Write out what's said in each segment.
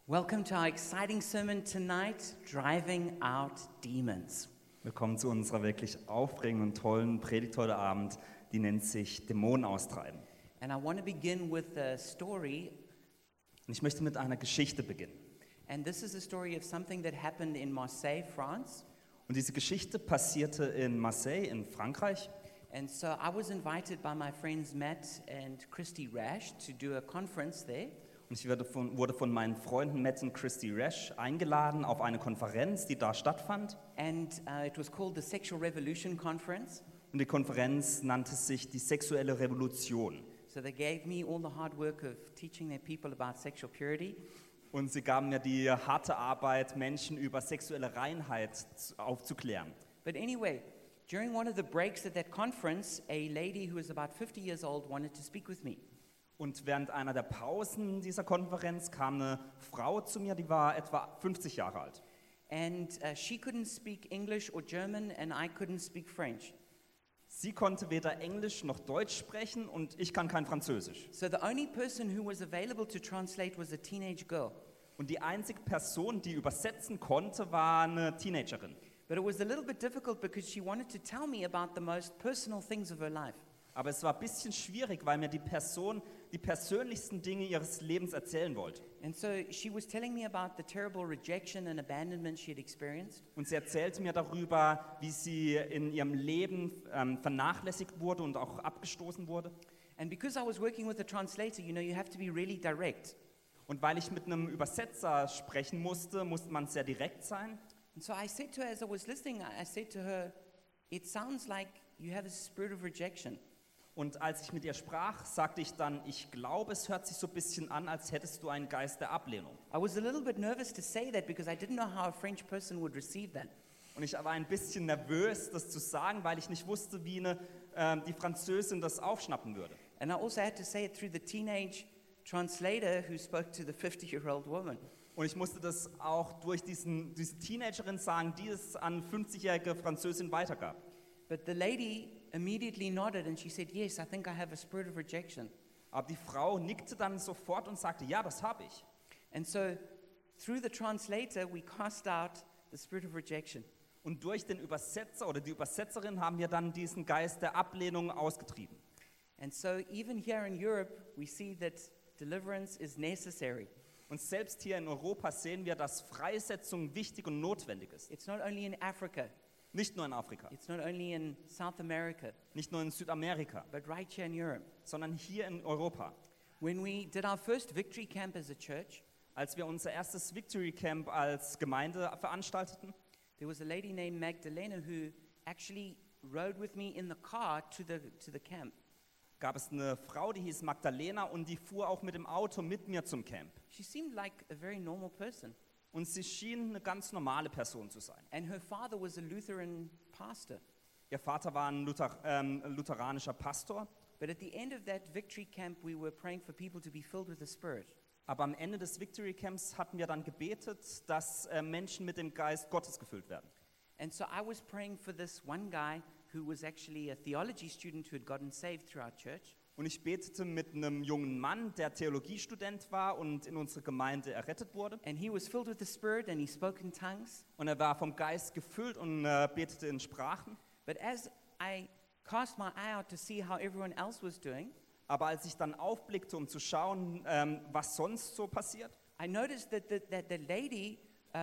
Welcome to our exciting sermon tonight, Driving Out Demons. Willkommen zu unserer wirklich aufregenden und tollen Predigt heute Abend, die nennt sich Dämonen austreiben. And I want to begin with a story, Und ich möchte mit einer Geschichte beginnen. and this is a story of something that happened in Marseille, France. Und diese Geschichte passierte in Marseille in Frankreich. And so I was invited by my friends Matt and Christy Rash to do a conference there. Und ich wurde von meinen Freunden Matt und Christy Rash eingeladen auf eine Konferenz, die da stattfand. And it was called the Sexual Revolution Conference. Und die Konferenz nannte sich die sexuelle Revolution. So they gave me all the hard work of teaching their people about sexual purity. Und sie gaben mir die harte Arbeit, Menschen über sexuelle Reinheit aufzuklären. But anyway, during one of the breaks at that conference, a lady who was about 50 years old wanted to speak with me. Und während einer der Pausen dieser Konferenz kam eine Frau zu mir, die war etwa 50 Jahre alt. And she couldn't speak English or German, and I couldn't speak French. Sie konnte weder Englisch noch Deutsch sprechen und ich kann kein Französisch. So the only person who was available to translate was a teenage girl. Und die einzige Person, die übersetzen konnte, war eine Teenagerin. But it was a little bit difficult because she wanted to tell me about the most personal things of her life. Aber es war ein bisschen schwierig, weil mir die Person die persönlichsten Dinge ihres Lebens erzählen wollte. And so she was telling me about the terrible rejection and abandonment she had experienced. Und sie erzählte mir darüber, wie sie in ihrem Leben vernachlässigt wurde und auch abgestoßen wurde. And because I was working with a translator, you have to be really direct. Und weil ich mit einem Übersetzer sprechen musste, musste man sehr direkt sein. And so I said to her, as I was listening, I said to her, it sounds like you have a spirit of rejection. Und als ich mit ihr sprach, sagte ich dann, ich glaube, es hört sich so ein bisschen an, als hättest du einen Geist der Ablehnung. I was a little bit nervous to say that because I didn't know how a French person would receive that. Und ich war ein bisschen nervös, das zu sagen, weil ich nicht wusste, wie die Französin das aufschnappen würde. And I also had to say it through the teenage translator who spoke to the 50-year-old woman. Und ich musste das auch durch diese Teenagerin sagen, die es an 50-jährige Französin weitergab. But the lady immediately nodded and she said, yes, I think I have a spirit of rejection. Aber die Frau nickte dann sofort und sagte, ja, das habe ich. And so through the translator, we cast out the spirit of rejection. Und durch den Übersetzer oder die Übersetzerin haben wir dann diesen Geist der Ablehnung ausgetrieben. And so even here in Europe, we see that deliverance is necessary. Und selbst hier in Europa sehen wir, dass Freisetzung wichtig und notwendig ist. It's not only in Africa, Nicht nur in Afrika, it's not only in South America, nicht nur in Südamerika, but right here in Europe. sondern hier in Europa. When we did our first Victory Camp as a church, Als wir unser erstes Victory Camp als Gemeinde veranstalteten, there was a lady named Magdalena who actually rode with me in the car to the camp. gab es eine Frau, die hieß Magdalena und die fuhr auch mit dem Auto mit mir zum Camp. She seemed like a very normal person. Und sie schien eine ganz normale Person zu sein. And her father was a Lutheran pastor. Ihr Vater war ein lutheranischer Pastor, But at the end of that Victory Camp, we were praying for people to be filled with the Spirit. aber am Ende des Victory Camps hatten wir dann gebetet, dass Menschen mit dem Geist Gottes gefüllt werden. And so I was praying for this one guy who was actually a theology student who had gotten saved through our church. Und ich betete mit einem jungen Mann, der Theologiestudent war und in unsere Gemeinde errettet wurde. And he was filled with the Spirit and he spoke in tongues. Und er war vom Geist gefüllt und betete in Sprachen. But as I cast my eye out to see how everyone else was doing, Aber als ich dann aufblickte, um zu schauen, was sonst so passiert, I noticed that the lady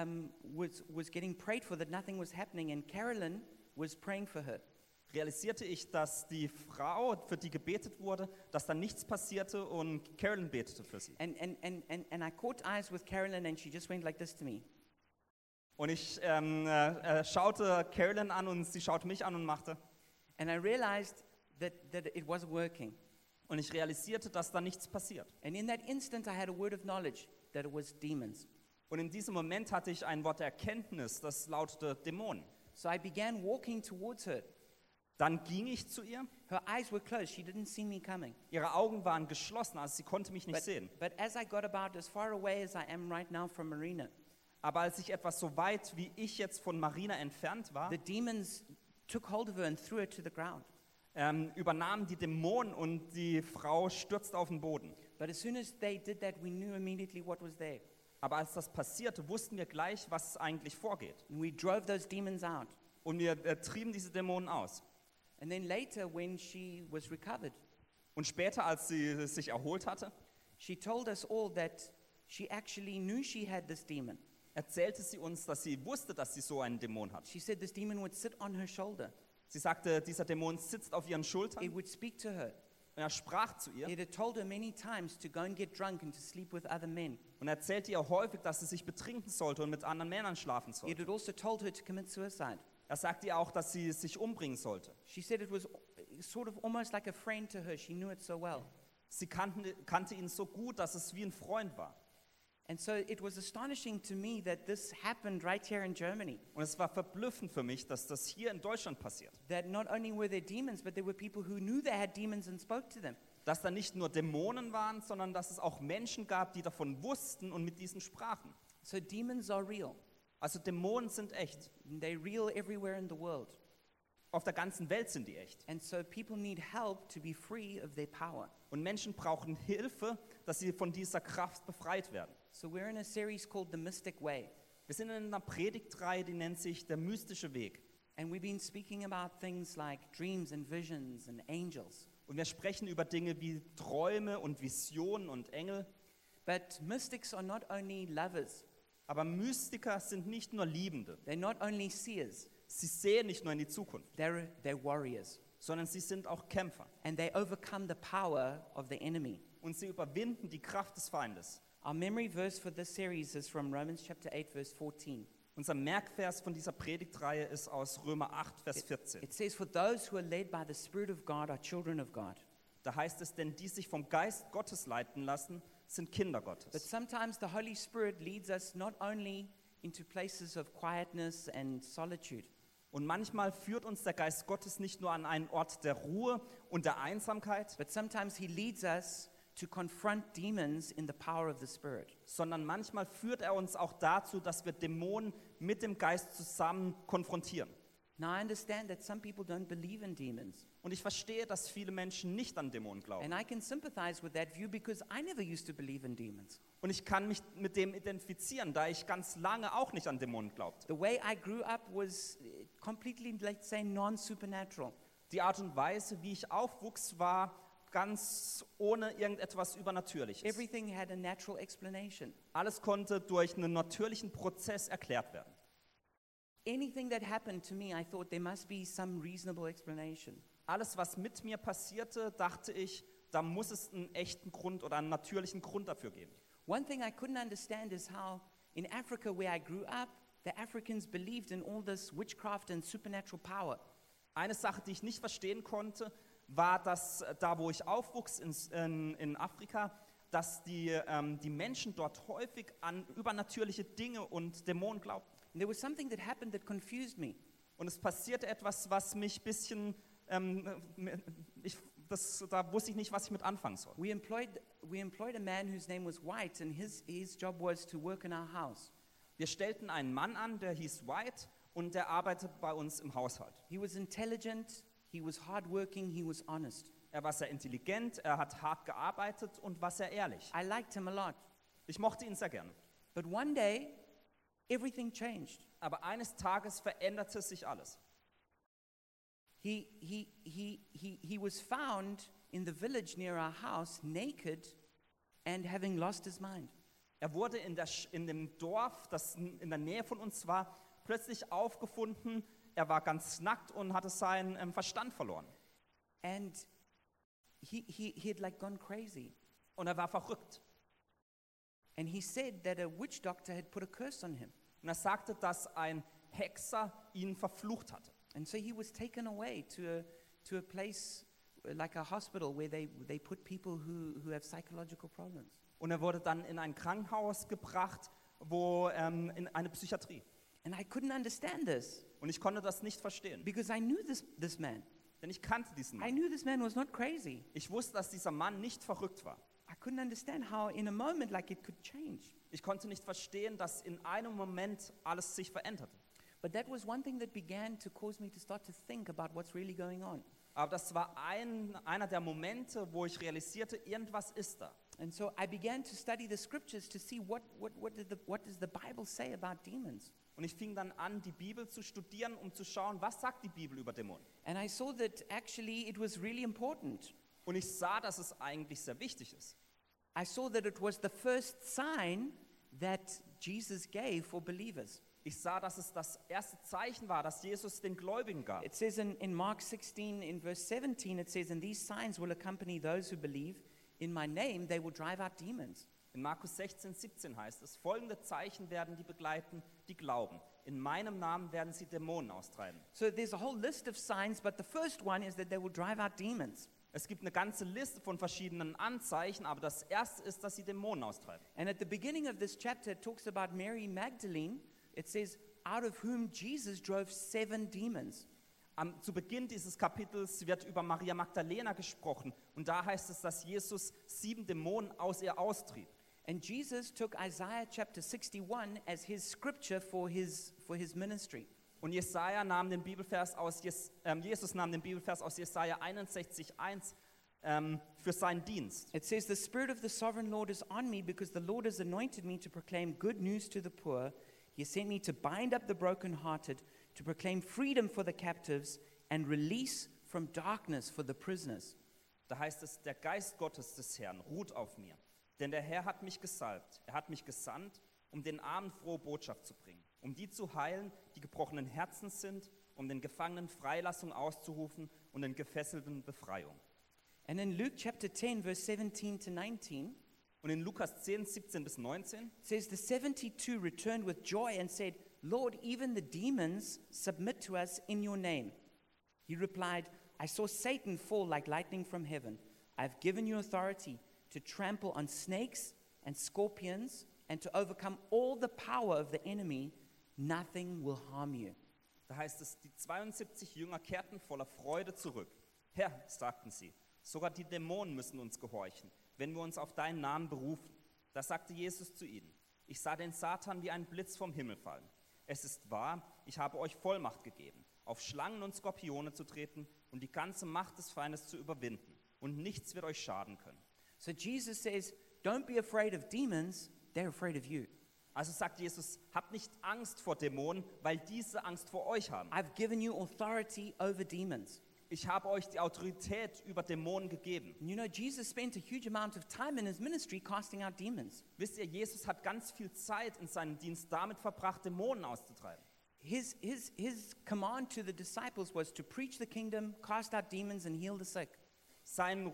was getting prayed for, that nothing was happening, and Carolyn was praying for her. realisierte ich, dass die Frau, für die gebetet wurde, dass da nichts passierte und Carolyn betete für sie. And I caught eyes with Carolyn, and she just went like this to me. Und ich schaute Carolyn an und sie schaute mich an und machte. And I realized that it wasn't working. Und ich realisierte, dass da nichts passiert. And in that instant, I had a word of knowledge that it was demons. Und in diesem Moment hatte ich ein Wort der Erkenntnis, das lautete Dämonen. So I began walking towards her. Dann ging ich zu ihr. Her eyes were closed. She didn't see me coming. Ihre Augen waren geschlossen, also sie konnte mich nicht sehen. But as I got about as far away as I am right now from Marina, Aber als ich etwas so weit wie ich jetzt von Marina entfernt war, the demons took hold of her and threw her to the ground. übernahmen die Dämonen und die Frau stürzte auf den Boden. But as soon as they did that, we knew immediately what was there. Aber als das passierte, wussten wir gleich, was eigentlich vorgeht. And we drove those demons out. Und wir trieben diese Dämonen aus. And then later, when she was recovered, Und später, als sie sich erholt hatte, she told us all that she actually knew she had this demon. erzählte sie uns, dass sie wusste, dass sie so einen Dämon hat. She said this demon would sit on her shoulder. Sie sagte, dieser Dämon sitzt auf ihren Schultern It would speak to her. und er sprach zu ihr It had told her many times to go and get drunk and to sleep with other men. und erzählte ihr häufig, dass sie sich betrinken sollte und mit anderen Männern schlafen It sollte. had also told her to commit suicide. Er sagte ihr auch, dass sie sich umbringen sollte. She said it was sort of almost like a friend to her. She knew it so well. Sie kannte ihn so gut, dass es wie ein Freund war. And so it was astonishing to me that this happened right here in Germany. Und es war verblüffend für mich, dass das hier in Deutschland passiert. That not only were there demons, but there were people who knew they had demons and spoke to them. Dass da nicht nur Dämonen waren, sondern dass es auch Menschen gab, die davon wussten und mit diesen sprachen. So demons are real. Also Dämonen sind echt. And they're real everywhere in the world. Auf der ganzen Welt sind die echt. And so people need help to be free of their power. Und Menschen brauchen Hilfe, dass sie von dieser Kraft befreit werden. So we're in a series called The Mystic Way. Wir sind in einer Predigtreihe, die nennt sich der mystische Weg. And we've been speaking about things like dreams and visions and angels. Und wir sprechen über Dinge wie Träume und Visionen und Engel. But mystics are not only lovers, Aber Mystiker sind nicht nur Liebende. they're not only seers, Sie sehen nicht nur in die Zukunft, they're warriors. sondern sie sind auch Kämpfer. And they overcome the power of the enemy. Und sie überwinden die Kraft des Feindes. Our memory verse for this series is from Romans chapter 8, verse 14. Unser Merkvers von dieser Predigtreihe ist aus Römer 8, Vers 14. It says, "For those who are led by the Spirit of God are children of God." Da heißt es, denn die sich vom Geist Gottes leiten lassen, sind Kinder But Gottes. sometimes the Holy Spirit leads us not only into places of quietness and solitude, Und manchmal führt uns der Geist Gottes nicht nur an einen Ort der Ruhe und der Einsamkeit, but sometimes He leads us to confront demons in the power of the Spirit. sondern manchmal führt er uns auch dazu, dass wir Dämonen mit dem Geist zusammen konfrontieren. Now I understand that some people don't believe in demons, Und ich verstehe, dass viele Menschen nicht an Dämonen glauben. and I can sympathize with that view because I never used to believe in demons. Und ich kann mich mit dem identifizieren, da ich ganz lange auch nicht an Dämonen glaubte. The way I grew up was completely, let's say, non-supernatural. Die Art und Weise, wie ich aufwuchs, war ganz ohne irgendetwas Übernatürliches. Everything had a natural explanation. Alles konnte durch einen natürlichen Prozess erklärt werden. Anything that happened to me, I thought there must be some reasonable explanation. Alles, was mit mir passierte, dachte ich, da muss es einen echten Grund oder einen natürlichen Grund dafür geben. One thing I couldn't understand is how in Africa, where I grew up, the Africans believed in all this witchcraft and supernatural power. Eine Sache, die ich nicht verstehen konnte, war, dass da, wo ich aufwuchs in Afrika, dass die Menschen dort häufig an übernatürliche Dinge und Dämonen glaubten. And there was something that happened that confused me. Und es passierte etwas, was mich ein bisschen, da wusste ich nicht, was ich mit anfangen soll. We employed a man whose name was White, and his job was to work in our house. Wir stellten einen Mann an, der hieß White und der arbeitete bei uns im Haushalt. He was intelligent, he was hardworking, he was honest. Er war sehr intelligent, er hat hart gearbeitet und war sehr ehrlich. I liked him a lot. Ich mochte ihn sehr gerne. But one day, everything changed. Aber eines Tages veränderte sich alles. He was found in the village near our house naked and having lost his mind. Er wurde in dem Dorf, das in der Nähe von uns war, plötzlich aufgefunden. Er war ganz nackt und hatte seinen Verstand verloren. And he had like gone crazy. Und er war verrückt. And he said that a witch doctor had put a curse on him. Und er sagte, dass ein Hexer ihn verflucht hatte. And so he was taken away to a place like a hospital where they put people who have psychological problems. Und er wurde dann in ein Krankenhaus gebracht, in eine Psychiatrie. And I couldn't understand this Und ich konnte das nicht verstehen, because I knew this man. denn ich kannte diesen I Mann. knew this man was not crazy. Ich wusste, dass dieser Mann nicht verrückt war. I couldn't understand how in a moment like it could change. Ich konnte nicht verstehen, dass in einem Moment alles sich veränderte. But that was one thing that began to cause me to start to think about what's really going on. Aber das war einer der Momente, wo ich realisierte, irgendwas ist da. And so I began to study the scriptures to see what does the Bible say about demons. Und ich fing dann an, die Bibel zu studieren, um zu schauen, was sagt die Bibel über Dämonen. And I saw that actually it was really important. Und ich sah, dass es eigentlich sehr wichtig ist. I saw that it was the first sign that Jesus gave for believers. Ich sah, dass es das erste Zeichen war, das Jesus den Gläubigen gab. It says in Mark 16, in verse 17, it says, "And these signs will accompany those who believe. In my name they will drive out demons." In Markus 16, 17 heißt es, folgende Zeichen werden die begleiten, die glauben. In meinem Namen werden sie Dämonen austreiben. So there's a whole list of signs, but the first one is that they will drive out demons. Es gibt eine ganze Liste von verschiedenen Anzeichen, aber das erste ist, dass sie Dämonen austreiben. And at the beginning of this chapter, it talks about Mary Magdalene. It says, out of whom Jesus drove 7 demons. Zu Beginn dieses Kapitels wird über Maria Magdalena gesprochen und da heißt es, dass Jesus 7 Dämonen aus ihr austrieb. And Jesus took Isaiah chapter 61 as his scripture for his ministry. Und Jesus nahm den Bibelvers aus Jesaja 61,1 für seinen Dienst. It says, "The Spirit of the Sovereign Lord is on me, because the Lord has anointed me to proclaim good news to the poor. He has sent me to bind up the brokenhearted, to proclaim freedom for the captives and release from darkness for the prisoners." Da heißt es, der Geist Gottes des Herrn ruht auf mir. Denn der Herr hat mich gesalbt, er hat mich gesandt, um den Armen frohe Botschaft zu bringen, um die zu heilen, die gebrochenen Herzens sind, um den Gefangenen Freilassung auszurufen und den Gefesselten Befreiung. And in Luke chapter 10, verse 17 to 19, Und in Lukas 10, 17 bis 19 it says, "The 72 returned with joy and said, 'Lord, even the demons submit to us in your name.' He replied, 'I saw Satan fall like lightning from heaven. I have given you authority to trample on snakes and scorpions and to overcome all the power of the enemy. Nothing will harm you.'" Da heißt es, die 72 Jünger kehrten voller Freude zurück. Herr, sagten sie, sogar die Dämonen müssen uns gehorchen, wenn wir uns auf deinen Namen berufen. Da sagte Jesus zu ihnen, ich sah den Satan wie ein Blitz vom Himmel fallen. Es ist wahr, ich habe euch Vollmacht gegeben, auf Schlangen und Skorpione zu treten und die ganze Macht des Feindes zu überwinden. Und nichts wird euch schaden können. So Jesus says, don't be afraid of demons, they're afraid of you. Also sagt Jesus, habt nicht Angst vor Dämonen, weil diese Angst vor euch haben. I've given you authority over demons. Ich habe euch die Autorität über Dämonen gegeben. And you know, Jesus spent a huge amount of time in his ministry casting out demons. Wisst ihr, Jesus hat ganz viel Zeit in seinem Dienst damit verbracht, Dämonen auszutreiben. His command to the disciples was to preach the kingdom, cast out demons and heal the sick. Sein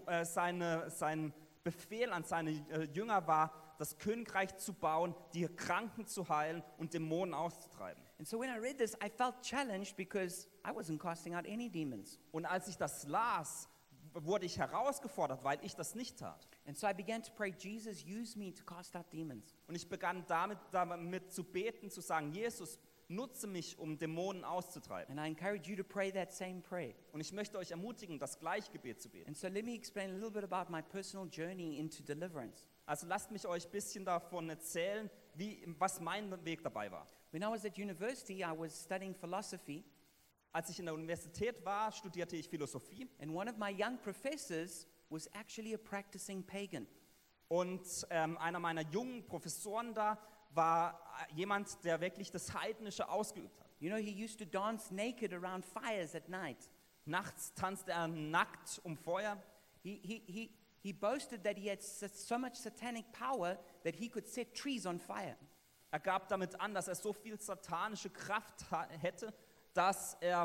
Befehl an seine Jünger war, das Königreich zu bauen, die Kranken zu heilen und Dämonen auszutreiben. And so when I read this, I felt challenged because I wasn't casting out any demons. Und als ich das las, wurde ich herausgefordert, weil ich das nicht tat. And so I began to pray, Jesus, use me to cast out demons. Und ich begann damit zu beten, zu sagen, Jesus, nutze mich, um Dämonen auszutreiben. And I encourage you to pray that same prayer. Und ich möchte euch ermutigen, das gleiche Gebet zu beten. And so let me explain a little bit about my personal journey into deliverance. Also lasst mich euch ein bisschen davon erzählen, was mein Weg dabei war. When I was at university, I was studying philosophy, Als ich in der Universität war, studierte ich Philosophie. and one of my young professors was actually a practicing pagan. Und einer meiner jungen Professoren da war jemand, der wirklich das Heidnische ausgeübt hat. You know, he used to dance naked around fires at night. Nachts tanzte er nackt um Feuer. He boasted that he had so much satanic power that he could set trees on fire. Er gab damit an, dass er so viel satanische Kraft hätte, dass er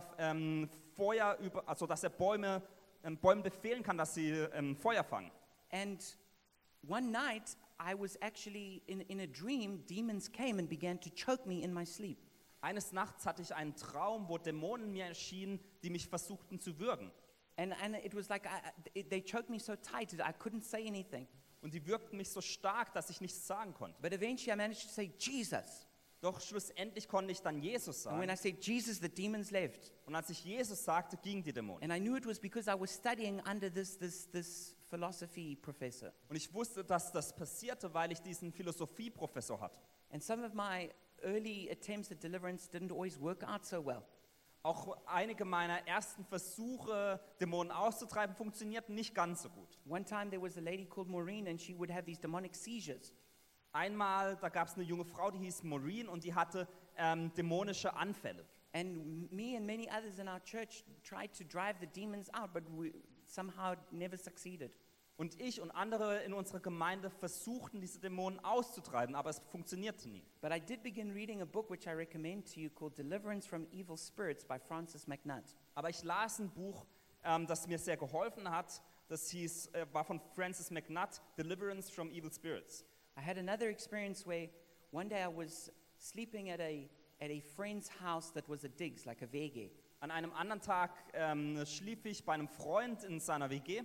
Bäumen befehlen kann, dass sie Feuer fangen. And one night, I was actually in a dream, demons came and began to choke me in my sleep. Eines Nachts hatte ich einen Traum, wo Dämonen mir erschienen, die mich versuchten zu würgen. And it was like they choked me so tight that I couldn't say anything. Und die wirkten mich so stark, dass ich nichts sagen konnte. But eventually I managed to say, Jesus. Doch schlussendlich konnte ich dann Jesus And when I sagen. said Jesus, the demons left. Und als ich Jesus sagte, gingen die Dämonen. And I knew it was because I was studying under this philosophy professor. Und ich wusste, dass das passierte, weil ich diesen Philosophieprofessor hatte. And some of my early attempts at deliverance didn't always work out so well. Auch einige meiner ersten Versuche, Dämonen auszutreiben, funktionierten nicht ganz so gut. One time there was a lady called Maureen and she would have these demonic seizures. Einmal, da gab es eine junge Frau, die hieß Maureen und die hatte dämonische Anfälle. And me and many others in our church tried to drive the demons out, but we somehow never succeeded. Und ich und andere in unserer Gemeinde versuchten, diese Dämonen auszutreiben, aber es funktionierte nie. But I did begin reading a book which I recommend to you called Deliverance from Evil Spirits by Francis McNutt. Aber ich las ein Buch, das mir sehr geholfen hat. Das war von Francis McNutt, Deliverance from Evil Spirits. I had another experience where one day I was sleeping at a friend's house that was a digs, like a WG. An einem anderen Tag schlief ich bei einem Freund in seiner WG.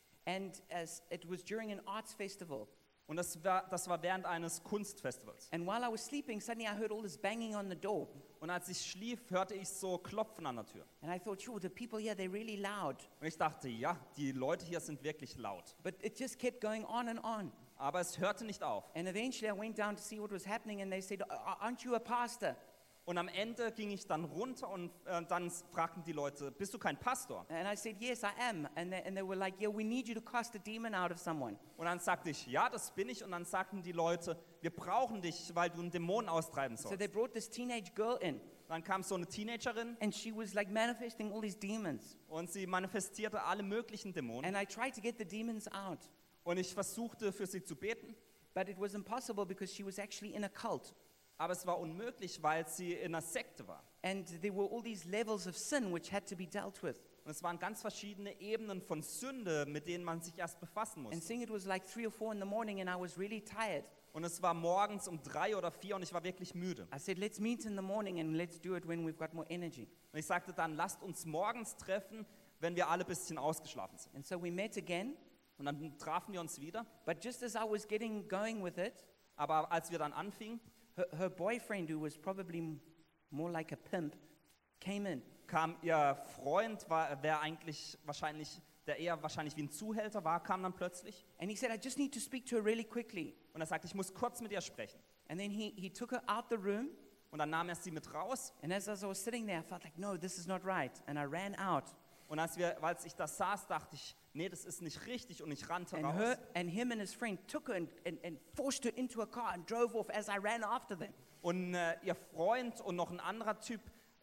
And as it was during an arts festival. Und das war während eines Kunstfestivals. And while I was sleeping, suddenly I heard all this banging on the door. Und als ich schlief, hörte ich so Klopfen an der Tür. And I thought, sure, the people here, they're really loud. Und ich dachte, ja, die Leute hier sind wirklich laut. But it just kept going on and on. Aber es hörte nicht auf. And eventually I went down to see what was happening and they said, aren't you a pastor? Und am Ende ging ich dann runter und dann fragten die Leute, bist du kein Pastor? And I said, yes, I am. And they were like, yeah, we need you to cast a demon out of someone. Und dann sagte ich, ja, das bin ich. Und dann sagten die Leute, wir brauchen dich, weil du einen Dämon austreiben So sollst. they brought this teenage girl in Dann kam so eine Teenagerin and she was like manifesting all these demons. und sie manifestierte alle möglichen Dämonen. And I tried to get the demons out. Und ich versuchte für sie zu beten, But it was impossible because she was actually in a cult. aber es war unmöglich, weil sie in einer Sekte war. And there were all these levels of sin which had to be dealt with. Und es waren ganz verschiedene Ebenen von Sünde, mit denen man sich erst befassen And musste. seeing it was like 3 or 4 in the morning and I was really tired. Und es war morgens um 3 oder 4 und ich war wirklich müde. I said, let's meet in the morning and let's do it when we've got more energy. Und ich sagte dann, lasst uns morgens treffen, wenn wir alle ein bisschen ausgeschlafen sind. And so we met again. Und dann trafen wir uns wieder. But just as I was getting going with it, Aber als wir dann anfingen, her boyfriend, who was probably more like a pimp, came in. kam ihr Freund, der eigentlich wahrscheinlich, der eher wahrscheinlich wie ein Zuhälter war, kam dann plötzlich. And he said, I just need to speak to her really quickly. Und er sagte, ich muss kurz mit ihr sprechen. And then he took her out the room. Und dann nahm er sie mit raus. And as I was sitting there, I felt like, no, this is not right. And I ran out. Und als ich da saß, dachte ich, nee, das ist nicht richtig. Und ich rannte And raus. him and his friend took her and forced her into a car and drove off as I ran after them. Und ihr Freund und noch ein anderer Typ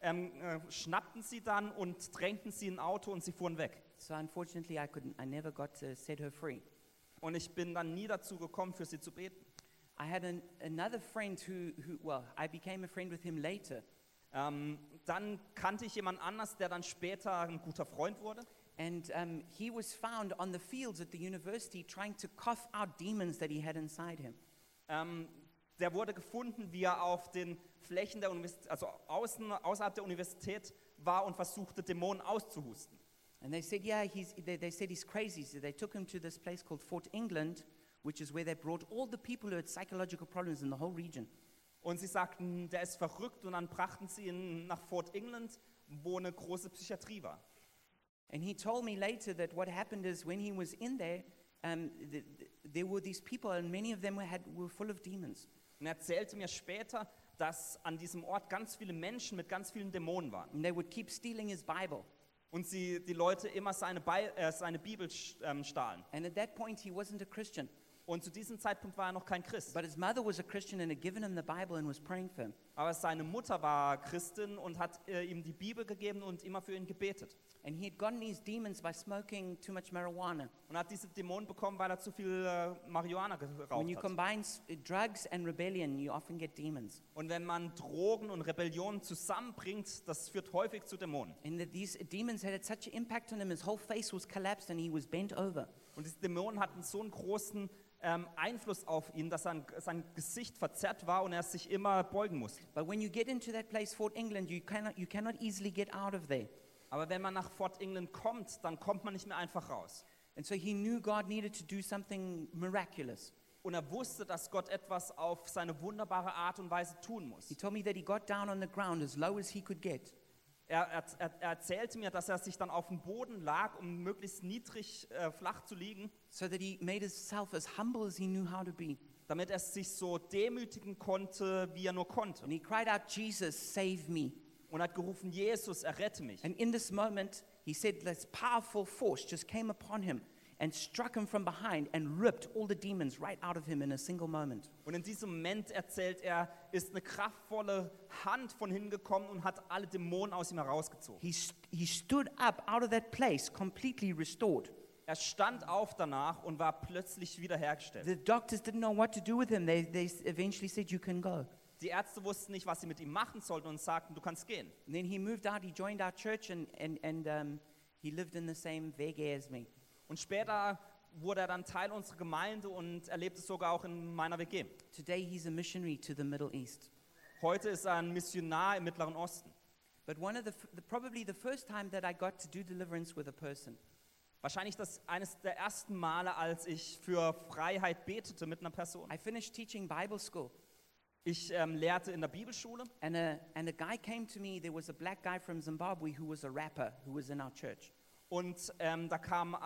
schnappten sie dann und drängten sie in ein Auto und sie fuhren weg. So unfortunately, I never got to set her free. Und ich bin dann nie dazu gekommen, für sie zu beten. I had another friend well, I became a friend with him later. Dann kannte ich jemanden anders, der dann später ein guter Freund wurde. And he was found on the fields at the university trying to cough out demons that he had inside him. Der wurde gefunden, wie er auf den Flächen der Universität, also außerhalb der Universität war und versuchte, Dämonen auszuhusten. And they said, yeah, they said he's crazy. So they took him to this place called Fort England, which is where they brought all the people who had psychological problems in the whole region. Und sie sagten, der ist verrückt, und dann brachten sie ihn nach Fort England, wo eine große Psychiatrie war. And he told me later that what happened is when he was in there, there were these people and many of them were full of demons. Und er erzählte mir später, dass an diesem Ort ganz viele Menschen mit ganz vielen Dämonen waren. And they would keep stealing his Bible. Und die Leute immer seine Bibel stahlen. And at that point, he wasn't a Christian. Und zu diesem Zeitpunkt war er noch kein Christ. But his mother was a Christian and had given him the Bible and was praying for him. Aber seine Mutter war Christin und hat ihm die Bibel gegeben und immer für ihn gebetet. And he had gotten these demons by smoking too much marijuana. Und hat diese Dämonen bekommen, weil er zu viel Marihuana geraucht When you hat. combine drugs and rebellion, you often get demons. Und wenn man Drogen und Rebellion zusammenbringt, das führt häufig zu Dämonen. And these demons had such an impact on him, his whole face was collapsed and he was bent over. Und diese Dämonen hatten so einen großen Einfluss auf ihn, dass sein Gesicht verzerrt war und er sich immer beugen musste. But when you get into that place, Fort England, you cannot easily get out of there. Aber wenn man nach Fort England kommt, dann kommt man nicht mehr einfach raus. And so he knew God needed to do something miraculous. Und er wusste, dass Gott etwas auf seine wunderbare Art und Weise tun muss. He told me that he got down on the ground as low as he could get. Er erzählte mir, dass er sich dann auf dem Boden lag, um möglichst niedrig flach zu liegen, So that he made himself as humble as he knew how to be. damit er sich so demütigen konnte, wie er nur konnte. And he cried out, Jesus, save me. und hat gerufen, Jesus, errette mich. And in this moment, he said this powerful force just came upon him and struck him from behind and ripped all the demons right out of him in a single moment. Und in diesem Moment, erzählt er, ist eine kraftvolle Hand von hingekommen und hat alle Dämonen aus ihm herausgezogen. He stood up out of that place completely restored. Er stand auf danach und war plötzlich wiederhergestellt. The doctors didn't know what to do with him. They eventually said, you can go. Die Ärzte wussten nicht, was sie mit ihm machen sollten und sagten, du kannst gehen. And then he moved out, he joined our church and he lived in the same Wege as me. Und später wurde er dann Teil unserer Gemeinde und er lebte sogar auch in meiner WG. Today he's a missionary to the Middle East. Heute ist er ein Missionar im Mittleren Osten. But one of probably the first time that I got to do deliverance with a person, Wahrscheinlich eines der ersten Male, als ich für Freiheit betete mit einer Person. I finished teaching Bible school. Ich lehrte in der Bibelschule And a guy came to me. There was a black guy from Zimbabwe who was a rapper who was in our church. und da kam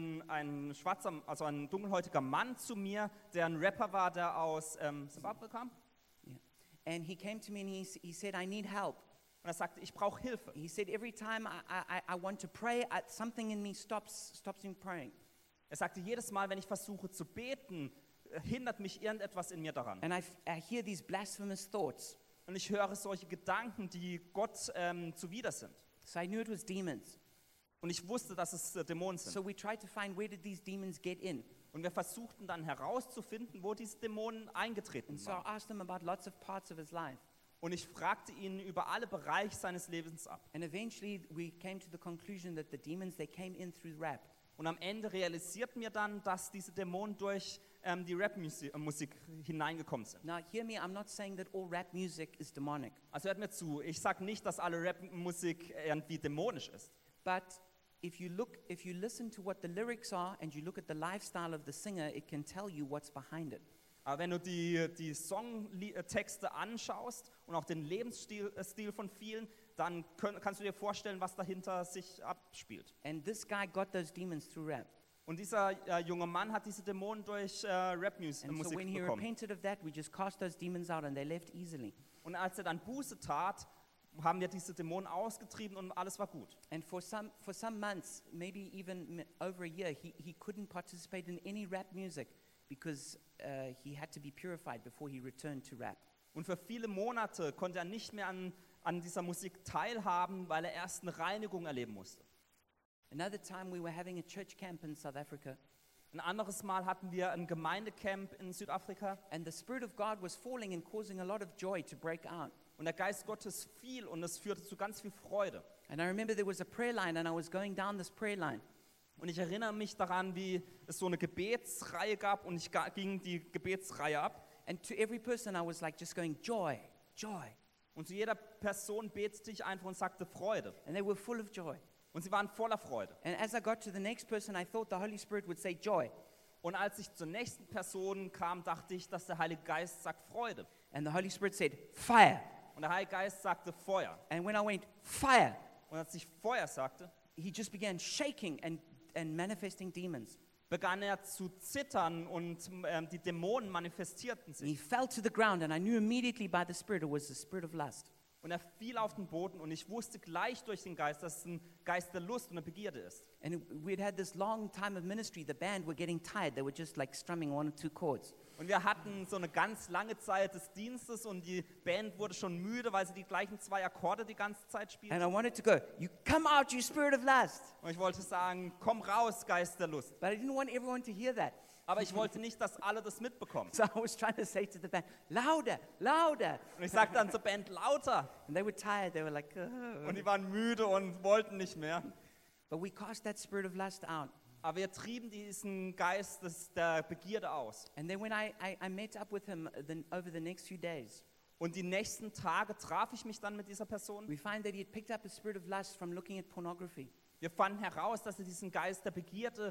ein schwarzer, also ein dunkelhäutiger Mann zu mir, der ein Rapper war, der aus Zimbabwe kam. Yeah. And he came to me and he said, I need help. Und er sagte, ich brauche Hilfe. He said, every time I want to pray, something in me stops me praying. Er sagte, jedes Mal, wenn ich versuche zu beten, hindert mich irgendetwas in mir daran. And I hear these blasphemous thoughts. Und ich höre solche Gedanken, die Gott zuwider sind. So I knew it was demons. Und ich wusste, dass es Dämonen sind. So we tried to find where did these demons get in. Und wir versuchten dann herauszufinden, wo diese Dämonen eingetreten And so I waren. asked him about lots of parts of his life. Und ich fragte ihn über alle Bereiche seines Lebens ab. And eventually we came to the conclusion that the demons, they came in through rap. Und am Ende realisierten wir dann, dass diese Dämonen durch die Rap-Musik hineingekommen sind. Now hear me, I'm not saying that all rap music is demonic. Also hört mir zu, ich sage nicht, dass alle Rap-Musik irgendwie dämonisch ist. But if you listen to what the lyrics are and you look at the lifestyle of the singer, it can tell you what's behind it. Aber wenn du die Songtexte anschaust und auch den Lebensstil von vielen, dann kannst du dir vorstellen, was dahinter sich abspielt. And this guy got those demons through rap. Und dieser junge Mann hat diese Dämonen durch Rap-Musik And so when he bekommen. repented of that, we just cast those demons out and they left easily. Und als er dann Buße tat, haben wir diese Dämonen ausgetrieben und alles war gut. And for some months, maybe even over a year, he couldn't participate in any rap music because he had to be purified before he returned to rap. Und für viele Monate konnte er nicht mehr an dieser Musik teilhaben, weil er erst eine Reinigung erleben musste. Another time we were having a church camp in South Africa, Ein anderes Mal hatten wir ein Gemeindecamp in Südafrika and the Spirit of God was falling and causing a lot of joy to break out. und der Geist Gottes fiel und es führte zu ganz viel Freude. And I remember there was a prayer line and I was going down this prayer line. Und ich erinnere mich daran, wie es so eine Gebetsreihe gab und ich ging die Gebetsreihe ab. And to every person I was like just going, joy, joy. Und zu jeder Person betete ich einfach und sagte Freude. And they were full of joy. Und sie waren voller Freude. And as I got to the next person, I thought the Holy Spirit would say joy. Und als ich zur nächsten Person kam, dachte ich, dass der Heilige Geist sagt Freude. And the Holy Spirit said, fire. Und der Heilige Geist sagte Feuer. And when I went, fire, Und als ich Feuer sagte, he just began shaking and manifesting demons. begann er zu zittern und die Dämonen manifestierten And he sich. fell to the ground and I knew immediately by the Spirit it was the spirit of lust. Und er fiel auf den Boden und ich wusste gleich durch den Geist, dass es ein Geist der Lust und der Begierde ist. And we'd had this long time of ministry. The band were getting tired. They were just like strumming one or two chords. Und wir hatten so eine ganz lange Zeit des Dienstes und die Band wurde schon müde, weil sie die gleichen 2 Akkorde die ganze Zeit spielten. And I wanted to go, you come out, you spirit of lust. Und ich wollte sagen, komm raus, Geist der Lust. But I didn't want everyone to hear that. Aber ich wollte nicht, dass alle das mitbekommen. So I was trying to say to the band, louder, louder. Und ich sagte dann zur Band, lauter. And they were tired. They were like, "Ugh." Und die waren müde und wollten nicht mehr. But we cast that spirit of lust out. Aber wir trieben diesen Geist der Begierde aus. And then when I met up with him over the next few days, Und die nächsten Tage traf ich mich dann mit dieser Person. we find that he had picked up a spirit of lust from looking at pornography. Wir fanden heraus, dass er diesen Geist der Begierde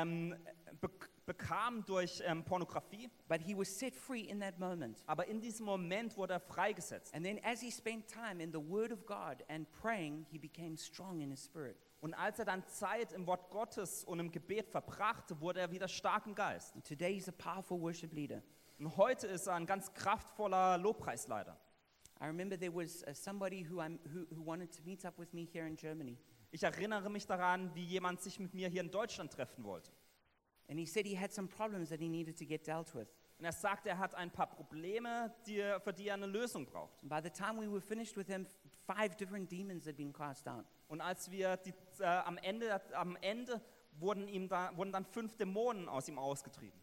bekam durch Pornografie. But he was set free in that moment. Aber in diesem Moment wurde er freigesetzt. And then as he spent time in the Word of God and praying, he became strong in his spirit. Und als er dann Zeit im Wort Gottes und im Gebet verbrachte, wurde er wieder stark im Geist. And today he's a powerful worship leader. Und heute ist er ein ganz kraftvoller Lobpreisleiter. I remember there was somebody who wanted to meet up with me here in Germany. Ich erinnere mich daran, wie jemand sich mit mir hier in Deutschland treffen wollte. And he said he had some problems that he needed to get dealt with. Und er sagte, er hat ein paar Probleme, für die er eine Lösung braucht. And by the time we were finished with him, 5 different demons had been cast out. Und als wir am Ende wurden dann 5 Dämonen aus ihm ausgetrieben.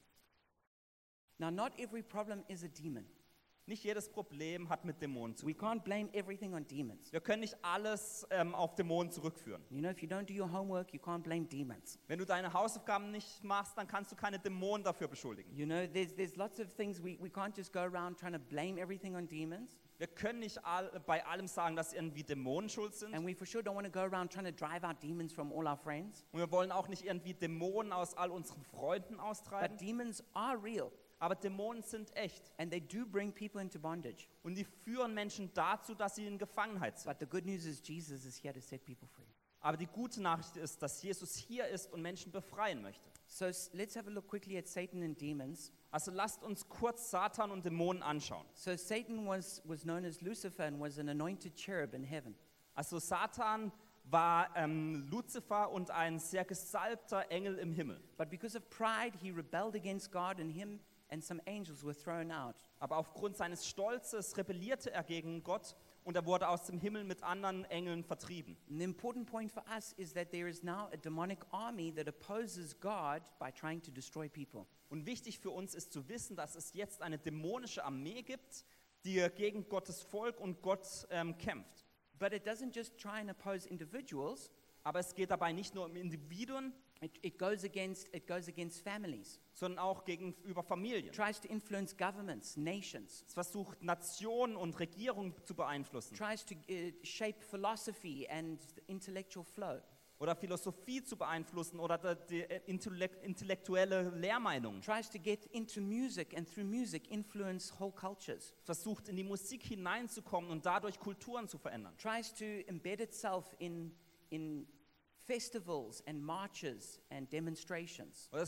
Now, not every problem is a demon. Nicht jedes Problem hat mit Dämonen zu We tun. can't blame everything on demons. Wir können nicht alles auf Dämonen zurückführen. You know, if you don't do your homework, you can't blame demons. Wenn du deine Hausaufgaben nicht machst, dann kannst du keine Dämonen dafür beschuldigen. You know, there's lots of things we can't just go around trying to blame everything on demons. Wir können nicht bei allem sagen, dass irgendwie Dämonen schuld sind. And we for sure don't want to go around trying to drive out demons from all our friends. Und wir wollen auch nicht irgendwie Dämonen aus all unseren Freunden austreiben. But demons are real, Aber Dämonen sind echt. and they do bring people into bondage. Und die führen Menschen dazu, dass sie in Gefangenheit sind. But the good news is Jesus is here to set people free. Aber die gute Nachricht ist, dass Jesus hier ist und Menschen befreien möchte. So let's have a look quickly at Satan and demons. Also lasst uns kurz Satan und Dämonen anschauen. So Satan was known as Lucifer and was an anointed cherub in heaven. Also Satan war Luzifer und ein sehr gesalbter Engel im Himmel. But because of pride, he rebelled against God, and him and some angels were thrown out. Aber aufgrund seines Stolzes rebellierte er gegen Gott und er wurde aus dem Himmel mit anderen Engeln vertrieben. And the important point for us is that there is now a demonic army that opposes God by trying to destroy people. Und wichtig für uns ist zu wissen, dass es jetzt eine dämonische Armee gibt, die gegen Gottes Volk und Gott kämpft. But it doesn't just try and oppose individuals. Aber es geht dabei nicht nur um Individuen, It goes against families. sondern auch gegenüber Familien. It tries to influence governments, nations. Es versucht, Nationen und Regierungen zu beeinflussen It tries to shape philosophy and the intellectual flow. oder Philosophie zu beeinflussen oder die intellektuelle Lehrmeinung. It tries to get into music and through music influence whole cultures. Versucht, in die Musik hineinzukommen und dadurch Kulturen zu verändern. It tries to embed itself in festivals and marches and demonstrations. Oder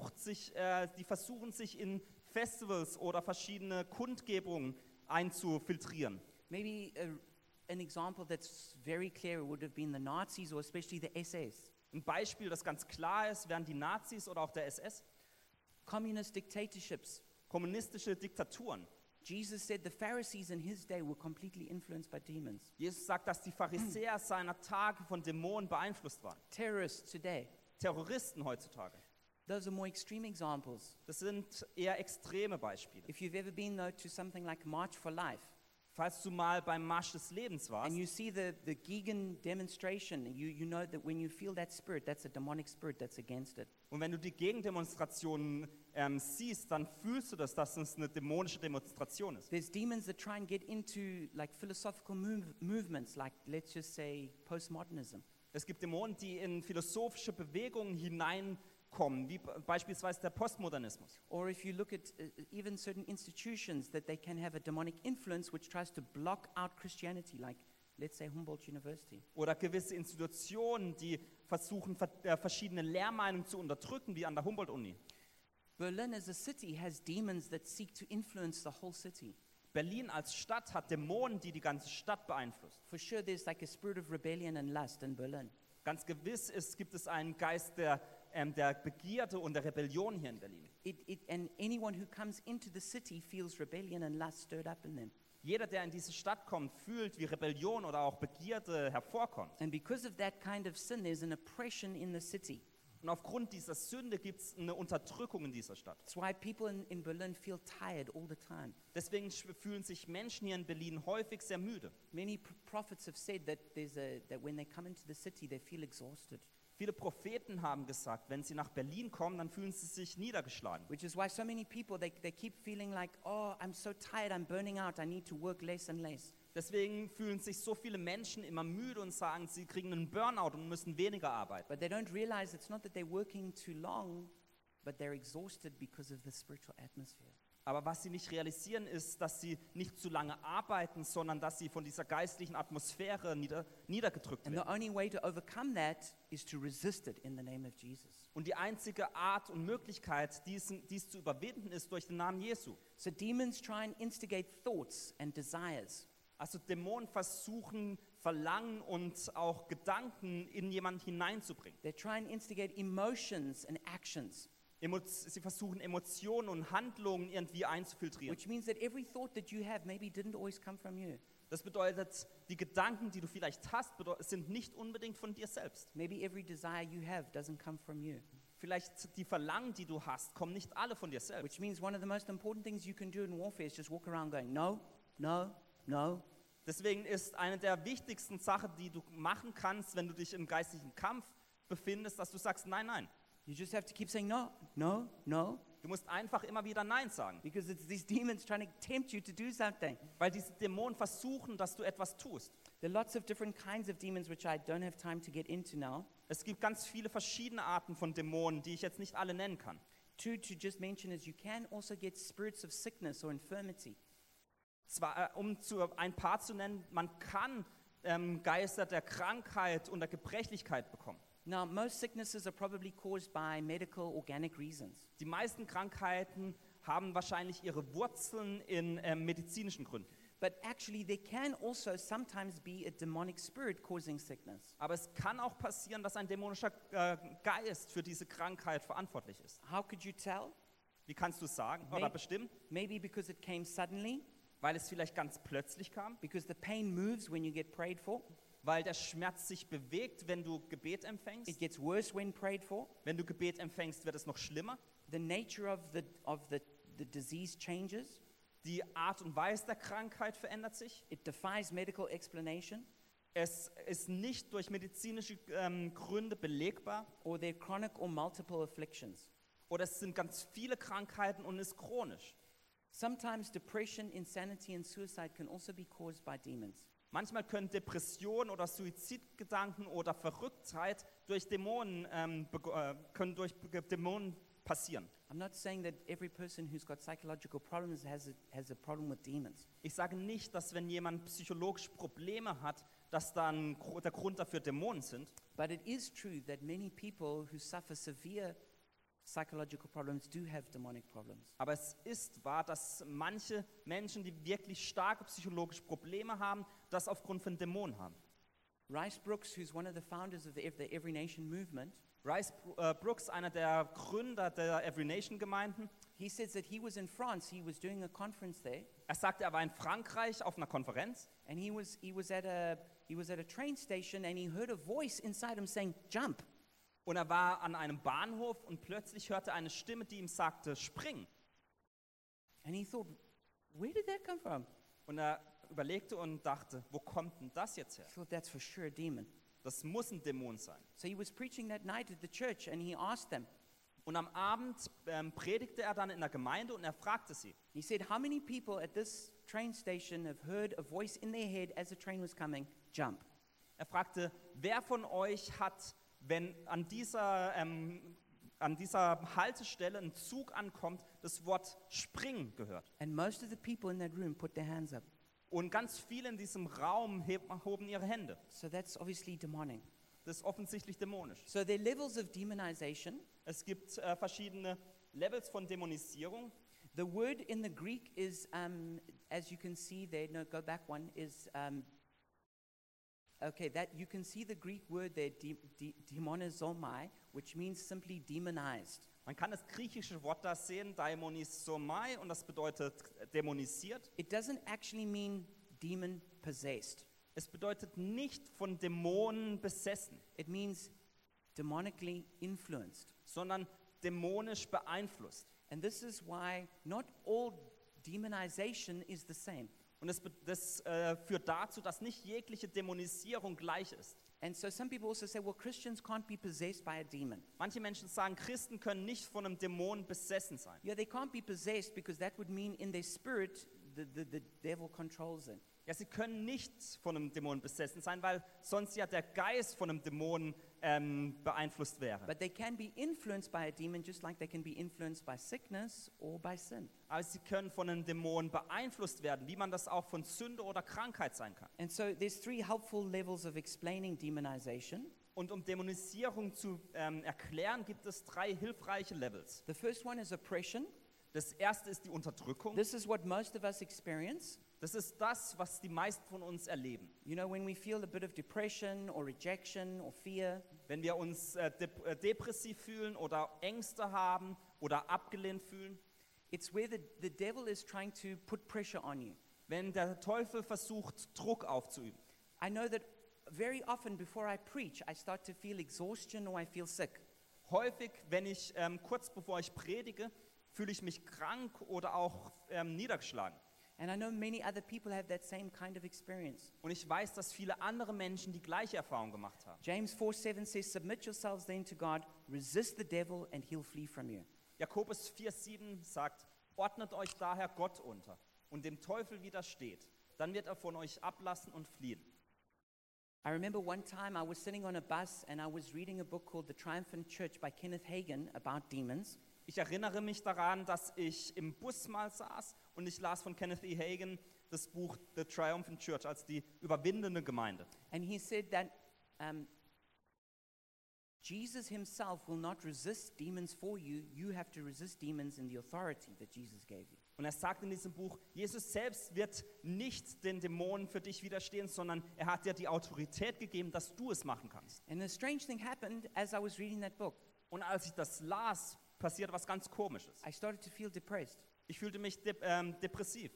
die versuchen sich in Festivals oder verschiedene Kundgebungen einzufiltrieren. Maybe an example that's very clear would have been the Nazis or especially the SS. Ein Beispiel, das ganz klar ist, wären die Nazis oder auch der SS. Communist dictatorships. Kommunistische Diktaturen. Jesus said the Pharisees in his day were completely influenced by demons. Jesus sagt, dass die Pharisäer seiner Tage von Dämonen beeinflusst waren. Terrorists today. Terroristen heutzutage. Those are more extreme examples. Das sind eher extreme Beispiele. If you've ever been though to something like March for Life, Falls du mal beim Marsch des Lebens warst and you see the Gigan demonstration, you know that when you feel that spirit, that's a demonic spirit that's against it. und wenn du die Gegendemonstrationen siehst, dann fühlst du das, dass es eine dämonische Demonstration ist. There's demons that try and get into like philosophical movements, like let's just say postmodernism. Es gibt Dämonen, die in philosophische Bewegungen hineinkommen, wie beispielsweise der Postmodernismus. Or if you look at even certain institutions that they can have a demonic influence which tries to block out Christianity, like let's say Humboldt University. Oder gewisse Institutionen, die versuchen, verschiedene Lehrmeinungen zu unterdrücken, wie an der Humboldt-Uni. Berlin as a city has demons that seek to influence the whole city. Berlin als Stadt hat Dämonen, die die ganze Stadt beeinflussen. For sure there's like a spirit of rebellion and lust in Berlin. Ganz gewiss gibt es einen Geist der Begierde und der Rebellion hier in Berlin. And anyone who comes into the city feels rebellion and lust stirred up in them. Jeder, der in diese Stadt kommt, fühlt, wie Rebellion oder auch Begierde hervorkommt. And because of that kind of sin, there's an oppression in the city. Und aufgrund dieser Sünde gibt es eine Unterdrückung in dieser Stadt. That's why people in Berlin feel tired all the time. Deswegen fühlen sich Menschen hier in Berlin häufig sehr müde. Many prophets have said that that when they come into the city, they feel exhausted. Viele Propheten haben gesagt, wenn sie nach Berlin kommen, dann fühlen sie sich niedergeschlagen. Which is why so many people, they keep feeling like, oh, I'm so tired, I'm burning out, I need to work less and less. Deswegen fühlen sich so viele Menschen immer müde und sagen, sie kriegen einen Burnout und müssen weniger arbeiten. But they don't realize it's not that they're working too long, but they're exhausted because of the spiritual atmosphere. Aber was sie nicht realisieren, ist, dass sie nicht zu lange arbeiten, sondern dass sie von dieser geistlichen Atmosphäre niedergedrückt And the werden. only way to overcome that is to resist it in the name of Jesus. Und die einzige Art und Möglichkeit, dies zu überwinden, ist durch den Namen Jesu. So demons try and instigate thoughts and desires. Also Dämonen versuchen, Verlangen und auch Gedanken in jemanden hineinzubringen. They try and instigate emotions and actions, Sie versuchen Emotionen und Handlungen irgendwie einzufiltrieren. which means that every thought that you have maybe didn't always come from you. Das bedeutet, die Gedanken, die du vielleicht hast, sind nicht unbedingt von dir selbst. Maybe every desire you have doesn't come from you, Vielleicht die Verlangen, die du hast, kommen nicht alle von dir selbst. which means one of the most important things you can do in warfare is just walk around going, no, no, no. Deswegen ist eine der wichtigsten Sachen, die du machen kannst, wenn du dich im geistlichen Kampf befindest, dass du sagst, nein, nein. You just have to keep saying no, no, no, Du musst einfach immer wieder Nein sagen, because it's these demons trying to tempt you to do something. weil diese Dämonen versuchen, dass du etwas tust. There are lots of different kinds of demons which I don't have time to get into now. Es gibt ganz viele verschiedene Arten von Dämonen, die ich jetzt nicht alle nennen kann. Two to just mention is you can also get spirits of sickness or infirmity. Zwar, ein paar zu nennen, man kann Geister der Krankheit und der Gebrechlichkeit bekommen. Now, most sicknesses are probably caused by medical organic reasons. Die meisten Krankheiten haben wahrscheinlich ihre Wurzeln in medizinischen Gründen. But actually, there can also sometimes be a demonic spirit causing sickness. Aber es kann auch passieren, dass ein dämonischer Geist für diese Krankheit verantwortlich ist. How could you tell? Wie kannst du sagen oder bestimmen? Maybe because it came suddenly, Weil es vielleicht ganz plötzlich kam, because the pain moves when you get prayed for. weil der Schmerz sich bewegt, wenn du Gebet It empfängst. gets worse when prayed for. Wenn du Gebet empfängst, wird es noch schlimmer. The nature of the disease changes. Die Art und Weise der Krankheit verändert sich. It defies medical explanation. Es ist nicht durch medizinische Gründe belegbar. Or they're chronic or multiple afflictions. Oder es sind ganz viele Krankheiten und ist chronisch. Sometimes depression, insanity, and suicide can also be caused by demons. Manchmal können Depressionen oder Suizidgedanken oder Verrücktheit durch Dämonen, können durch Dämonen passieren. I'm not saying that every person who's got psychological problems has a problem with demons. Ich sage nicht, dass wenn jemand psychologische Probleme hat, dass dann der Grund dafür Dämonen sind. But it is true that many people who suffer severe psychological problems do have demonic problems. Aber es ist wahr, dass manche Menschen, die wirklich starke psychologische Probleme haben, das aufgrund von Dämonen haben. Rice Brooks, who's one of the founders of the Every Nation movement, Rice Brooks, einer der Gründer der Every Nation Gemeinden, he says that he was in France. He was doing a conference there, er sagte, er war in Frankreich auf einer Konferenz and he was at a train station, and he heard a voice inside him saying, "Jump." und er war an einem Bahnhof und plötzlich hörte er eine Stimme, die ihm sagte, spring. And he thought, where did that come from? Und er überlegte und dachte, wo kommt denn das jetzt her? I thought that's for sure a demon. Das muss ein Dämon sein. So he was preaching that night at the church, and he asked them. Und am Abend predigte er dann in der Gemeinde und er fragte sie, He said, "How many people at this train station have heard a voice in their head as the train was coming? Jump." er fragte, wer von euch hat, wenn an dieser Haltestelle ein Zug ankommt, das Wort springen gehört? And most of the people in that room put their hands up. Und ganz viele in diesem Raum hoben ihre Hände. So that's obviously demonic. Das ist offensichtlich dämonisch. So there are levels of demonization. Es gibt verschiedene Levels von Dämonisierung. The word in the Greek is, as you can see there, no, go back one, is, okay, that you can see the Greek word there, demonizomai, which means simply demonized. Man kann das griechische Wort da sehen, daimonizomai, und das bedeutet dämonisiert. It doesn't actually mean demon possessed. Es bedeutet nicht von Dämonen besessen, It means demonically influenced. sondern dämonisch beeinflusst. And this is why not all demonization is the same. Und das führt dazu, dass nicht jegliche Dämonisierung gleich ist. And so some people also say, well, Christians can't be possessed by a demon. Manche Menschen sagen, Christen können nicht von einem Dämon besessen sein. Yeah, they can't be possessed because that would mean in their spirit the devil controls them. Ja, sie können nicht von einem Dämon besessen sein, weil sonst ja der Geist von einem Dämon beeinflusst wäre. But they can be influenced by a demon just like they can be influenced by sickness or by sin. Aber sie können von einem Dämon beeinflusst werden, wie man das auch von Sünde oder Krankheit sein kann. And so there's three helpful levels of explaining demonization. Und um Dämonisierung zu erklären, gibt es 3 hilfreiche Levels. The first one is oppression. Das erste ist die Unterdrückung. This is what most of us experience. Das ist das, was die meisten von uns erleben. You know, when we feel a bit of depression or rejection or fear, Wenn wir uns depressiv fühlen oder Ängste haben oder abgelehnt fühlen, it's where the devil is trying to put pressure on you. wenn der Teufel versucht, Druck aufzuüben. I know that very often before I preach, I start to feel exhaustion or I feel sick. Häufig, wenn ich kurz bevor ich predige, fühle ich mich krank oder auch niedergeschlagen. And I know many other people have that same kind of experience. Und ich weiß, dass viele andere Menschen die gleiche Erfahrung gemacht haben. James 4:7 says, "Submit yourselves then to God, resist the devil and he'll flee from you." Jakobus 4,7 sagt, ordnet euch daher Gott unter und dem Teufel widersteht. Dann wird er von euch ablassen und fliehen. I remember one time I was sitting on a bus and I was reading a book called The Triumphant Church by Kenneth Hagin about demons. Ich erinnere mich daran, dass ich im Bus mal saß und ich las von Kenneth E. Hagin das Buch The Triumphant Church als die überwindende Gemeinde. And he said that Jesus himself will not resist demons for you. You have to resist demons in the authority that Jesus gave you. Und er sagt in diesem Buch, Jesus selbst wird nicht den Dämonen für dich widerstehen, sondern er hat dir die Autorität gegeben, dass du es machen kannst. And a strange thing happened as I was reading that book. Und als ich das las, passierte was ganz Komisches. I started to feel depressed. Ich fühlte mich depressiv.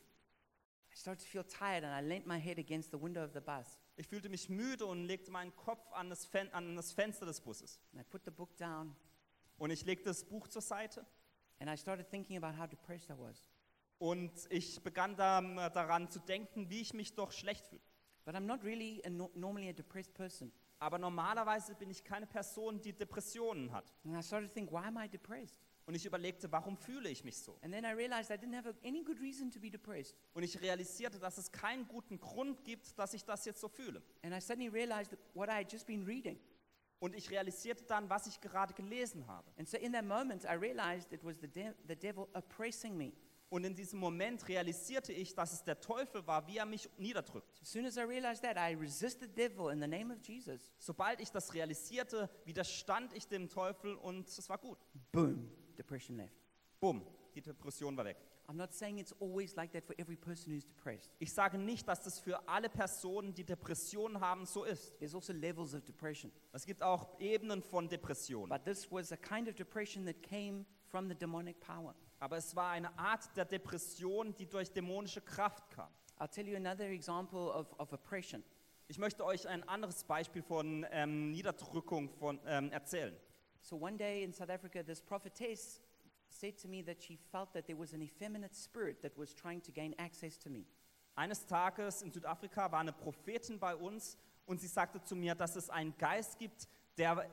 I started to feel tired and I leant my head against the window of the bus. Ich fühlte mich müde und legte meinen Kopf an das Fenster des Busses. And I put the book down Und ich legte das Buch zur Seite and I started thinking about how depressed I was. und ich begann daran zu denken, wie ich mich doch schlecht fühle. But I'm not really normally a depressed person. Aber normalerweise bin ich keine Person, die Depressionen hat. And I started to think, why am I depressed? Und ich überlegte, warum fühle ich mich so? And then I realized I didn't have any good reason to be depressed. Und ich realisierte, dass es keinen guten Grund gibt, dass ich das jetzt so fühle. And I suddenly realized that what I had just been reading. Und ich realisierte dann, was ich gerade gelesen habe. And so in that moment, I realized it was the devil oppressing me. Und in diesem Moment realisierte ich, dass es der Teufel war, wie er mich niederdrückt. As soon as I realized that, I resisted the devil in the name of Jesus. Sobald ich das realisierte, widerstand ich dem Teufel und es war gut. Boom, depression left. Bumm, die Depression war weg. I'm not saying it's always like that for every person who's depressed. Ich sage nicht, dass das für alle Personen, die Depressionen haben, so ist. There's also levels of depression. Es gibt auch Ebenen von Depressionen. But this was a kind of depression that came from the demonic power. Aber es war eine Art der Depression, die durch dämonische Kraft kam. I'll tell you another example of oppression. Ich möchte euch ein anderes Beispiel von Niederdrückung erzählen. So one day in South Africa, this prophetess said to me that she felt that there was an effeminate spirit that was trying to gain access to me. Eines Tages in Südafrika war eine Prophetin bei uns und sie sagte zu mir, dass es einen Geist gibt, der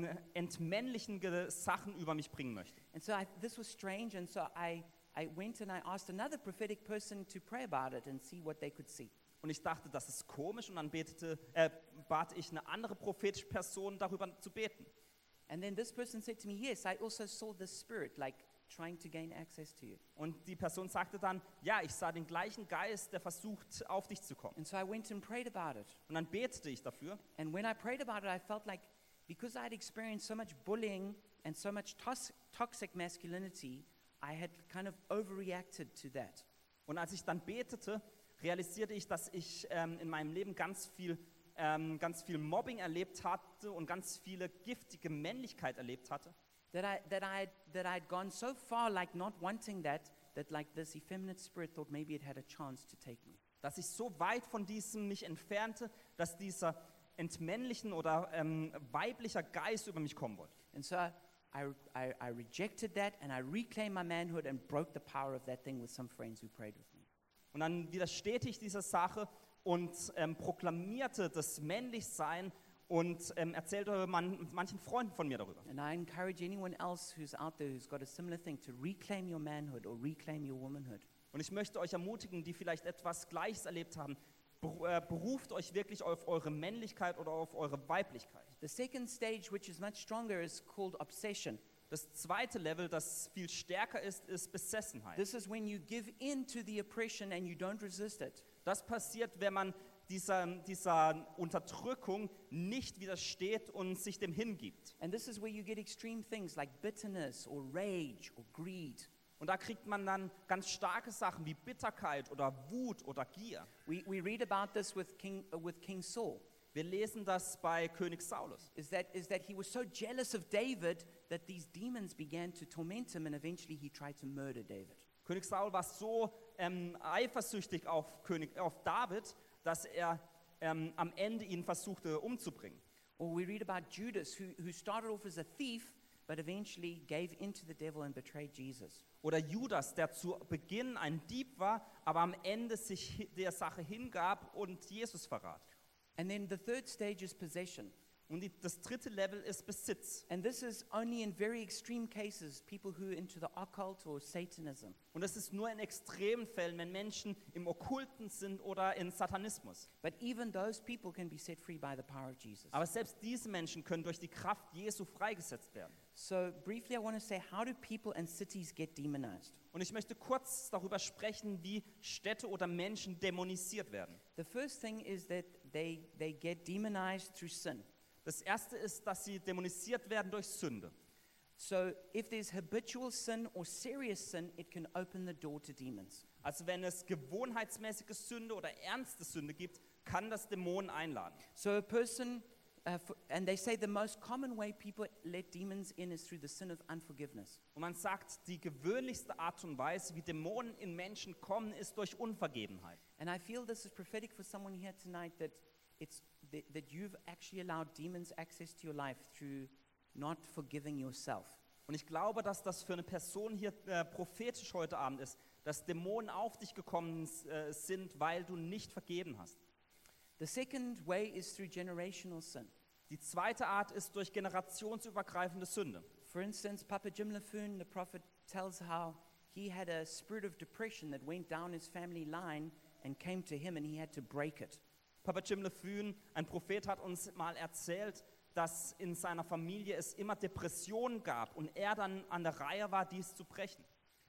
entmännliche Sachen über mich bringen möchte. And so this was strange, and so I went and I asked another prophetic person to pray about it and see what they could see. Und ich dachte, das ist komisch und dann bat ich eine andere prophetische Person, darüber zu beten. And then this person said to me, yes, I also saw the spirit, like trying to gain access to you. Und die Person sagte dann, ja, ich sah den gleichen Geist, der versucht, auf dich zu kommen. And so I went and prayed about it. Und dann betete ich dafür. And when I prayed about it, I felt like because I had experienced so much bullying and so much toxic masculinity, I had kind of overreacted to that. Und als ich dann betete, realisierte ich, dass ich in meinem Leben ganz viel Mobbing erlebt hatte und ganz viele giftige Männlichkeit erlebt hatte. That I'd gone so far, like not wanting that like this effeminate spirit thought maybe it had a chance to take me. Dass ich so weit von diesem mich entfernte, dass dieser entmännlichen oder weiblicher Geist über mich kommen wollte. And so I rejected that and I reclaimed my manhood and broke the power of that thing with some friends who prayed with me. Und dann widerstehte ich dieser Sache und proklamierte das Männlichsein und erzählte manchen Freunden von mir darüber. And I encourage anyone else who's out there who's got a similar thing to reclaim your manhood or reclaim your womanhood. Und ich möchte euch ermutigen, die vielleicht etwas Gleiches erlebt haben, beruft euch wirklich auf eure Männlichkeit oder auf eure Weiblichkeit. The second stage, which is much stronger, is called obsession. Das zweite Level, das viel stärker ist Besessenheit. This is when you give in to the oppression and you don't resist it. Das passiert, wenn man dieser Unterdrückung nicht widersteht und sich dem hingibt. And this is where you get extreme things like bitterness or rage or greed. Und da kriegt man dann ganz starke Sachen wie Bitterkeit oder Wut oder Gier. We read about this with King Saul. Wir lesen das bei König Saulus. Is that he was so jealous of David that these demons began to torment him, and eventually he tried to murder David. König Saul war so eifersüchtig auf David, dass er am Ende ihn versuchte umzubringen. Or we read about Judas, who started off as a thief, but eventually gave in to the devil and betrayed Jesus. Oder Judas, der zu Beginn ein Dieb war, aber am Ende sich der Sache hingab und Jesus verrat. And then the third stage is possession. Und das dritte Level ist Besitz. And this is only in very extreme cases, people who are into the occult or Satanism. Und das ist nur in extremen Fällen, wenn Menschen im Okkulten sind oder in Satanismus. But even those people can be set free by the power of Jesus. Aber selbst diese Menschen können durch die Kraft Jesu freigesetzt werden. So briefly I want to say, how do people and cities get demonized? Und ich möchte kurz darüber sprechen, wie Städte oder Menschen dämonisiert werden. The first thing is that they get demonized through sin. Das erste ist, dass sie dämonisiert werden durch Sünde. So if there's habitual sin or serious sin, it can open the door to demons. Also wenn es gewohnheitsmäßige Sünde oder ernste Sünde gibt, kann das Dämonen einladen. So a person, and they say the most common way people let demons in is through the sin of unforgiveness. Und man sagt, die gewöhnlichste Art und Weise, wie Dämonen in Menschen kommen, ist durch Unvergebenheit. And I feel this is prophetic for someone here tonight, that that you've actually allowed demons access to your life through not forgiving yourself. Und ich glaube, dass das für eine Person hier prophetisch heute Abend ist, dass Dämonen auf dich gekommen sind, weil du nicht vergeben hast. The second way is through generational sin. Die zweite Art ist durch generationsübergreifende Sünde. For instance, Papa Jim Laffoon, the prophet, tells how he had a spirit of depression that went down his family line and came to him and he had to break it. Papa Jim Laffoon, ein Prophet, hat uns mal erzählt, dass in seiner Familie es immer Depressionen gab und er dann an der Reihe war, dies zu brechen.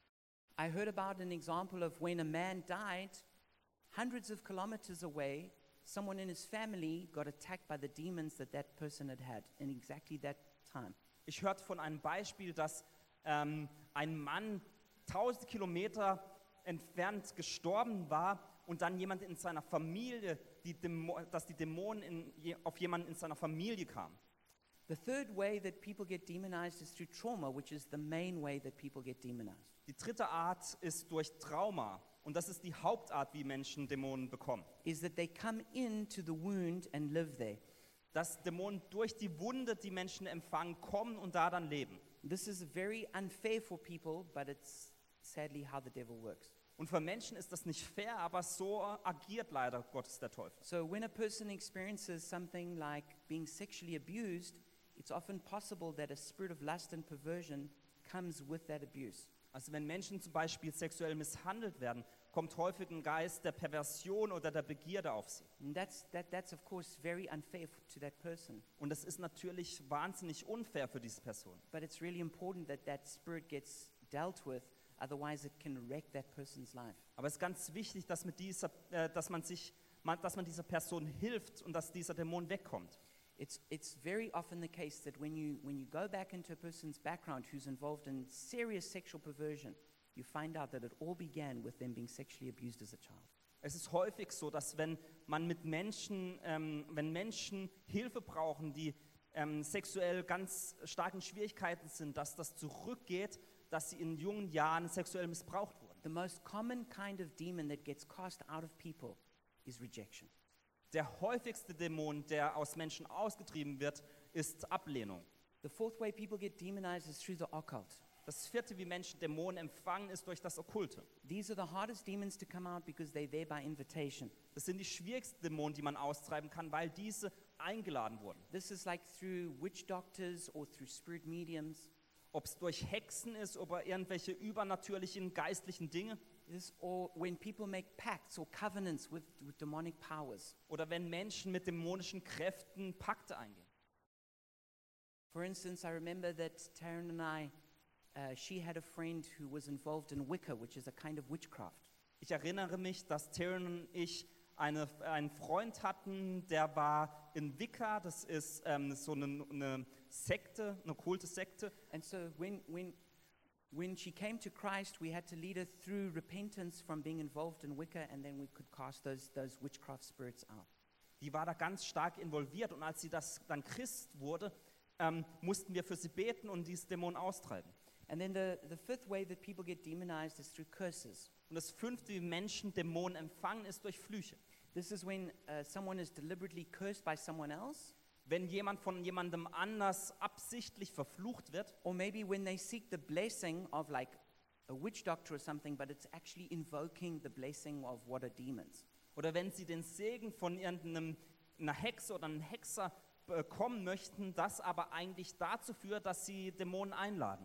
I heard about an example of when a man died, hundreds of kilometers away, someone in his family got attacked by the demons that person had in exactly that time. Ich hörte von einem Beispiel, dass ein Mann 1000 Kilometer entfernt gestorben war und dann jemand in seiner Familie, dass die Dämonen auf jemanden in seiner Familie kamen. The third way that people get demonized is through trauma, which is the main way that people get demonized. Die dritte Art ist durch Trauma und das ist die Hauptart, wie Menschen Dämonen bekommen. Is that they come into the wound and live there. Dass Dämonen durch die Wunde, die Menschen empfangen, kommen und da dann leben. This is very unfair for people, but it's sadly how the devil works. Und für Menschen ist das nicht fair, aber so agiert leider Gottes der Teufel. So when a person experiences something like being sexually abused, it's often possible that a spirit of lust and perversion comes with that abuse. Also wenn Menschen zum Beispiel sexuell misshandelt werden, kommt häufig ein Geist der Perversion oder der Begierde auf sie. And that's of course very unfair to that person. Und das ist natürlich wahnsinnig unfair für diese Person. But it's really important that that spirit gets dealt with, otherwise it can wreck that person's life. Aber es ist ganz wichtig, dass man dieser Person hilft und dass dieser Dämon wegkommt. It's very often the case that when you go back into a person's background who's involved in serious sexual perversion, you find out that it all began with them being sexually abused as a child. Es ist häufig so, dass wenn Menschen Hilfe brauchen, die sexuell ganz stark in Schwierigkeiten sind, dass das zurückgeht, dass sie in jungen Jahren sexuell missbraucht wurden. The most common kind of demon that gets cast out of people is rejection. Der häufigste Dämon, der aus Menschen ausgetrieben wird, ist Ablehnung. The fourth way people get demonized is through the occult. Das vierte, wie Menschen Dämonen empfangen, ist durch das Okkulte. These are the hardest demons to come out because they're there by invitation. Das sind die schwierigsten Dämonen, die man austreiben kann, weil diese eingeladen wurden. This is like through witch doctors or through spirit mediums. Ob es durch Hexen ist oder irgendwelche übernatürlichen geistlichen Dinge. Or when people make pacts or covenants with demonic powers. Oder wenn Menschen mit dämonischen Kräften Pakte eingehen. For instance, I remember that Taryn and I, she had a friend who was involved in Wicca, which is a kind of witchcraft. Ich erinnere mich, dass Taryn und ich einen Freund hatten, der war in Wicca, das ist so eine Sekte, eine okkulte Sekte. And so when When she came to Christ, we had to lead her through repentance from being involved in Wicca, and then we could cast those witchcraft spirits out. Die war da ganz stark involviert und als sie das dann Christ wurde, mussten wir für sie beten und dieses Dämon austreiben. And then the fifth way that people get demonized is through curses. Und das fünfte, wie Menschen Dämonen empfangen, ist durch Flüche. This is when someone is deliberately cursed by someone else, Wenn jemand von jemandem anders absichtlich verflucht wird, or maybe when they seek the blessing of like a witch doctor or something, but it's actually invoking the blessing of what are demons. oder wenn sie den Segen von einer Hexe oder einem Hexer bekommen möchten, das aber eigentlich dazu führt, dass sie Dämonen einladen.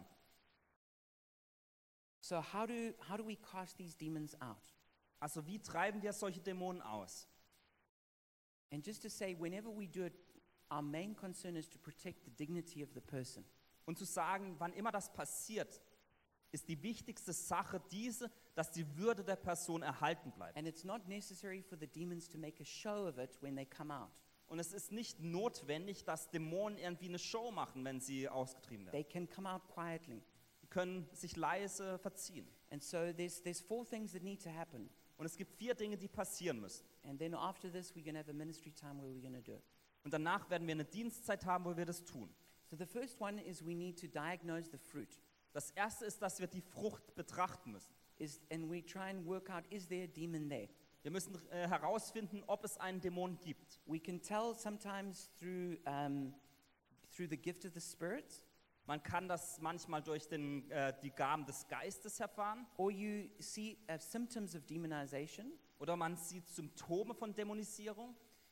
So how do we cast these demons out? Also wie treiben wir solche Dämonen aus? And just to say, whenever we do it, our main concern is to protect the dignity of the person. Und zu sagen, wann immer das passiert, ist die wichtigste Sache diese, dass die Würde der Person erhalten bleibt. And it's not necessary for the demons to make a show of it when they come out. Und es ist nicht notwendig, dass Dämonen irgendwie eine Show machen, wenn sie ausgetrieben werden. They can come out quietly. Die können sich leise verziehen. And so there's four things that need to happen. Und es gibt 4 Dinge, die passieren müssen. And then after this, we're going to have a ministry time where we're going to do it. Und danach werden wir eine Dienstzeit haben, wo wir das tun. So the first one is we need to diagnose the fruit. Das erste ist, dass wir die Frucht betrachten müssen. And we try and work out, is there a demon there? Wir müssen herausfinden, ob es einen Dämon gibt. We can tell sometimes through the gift of the Spirit, Man kann das manchmal durch die Gaben des Geistes erfahren. or you see symptoms of demonization. Oder man sieht Symptome von Dämonisierung.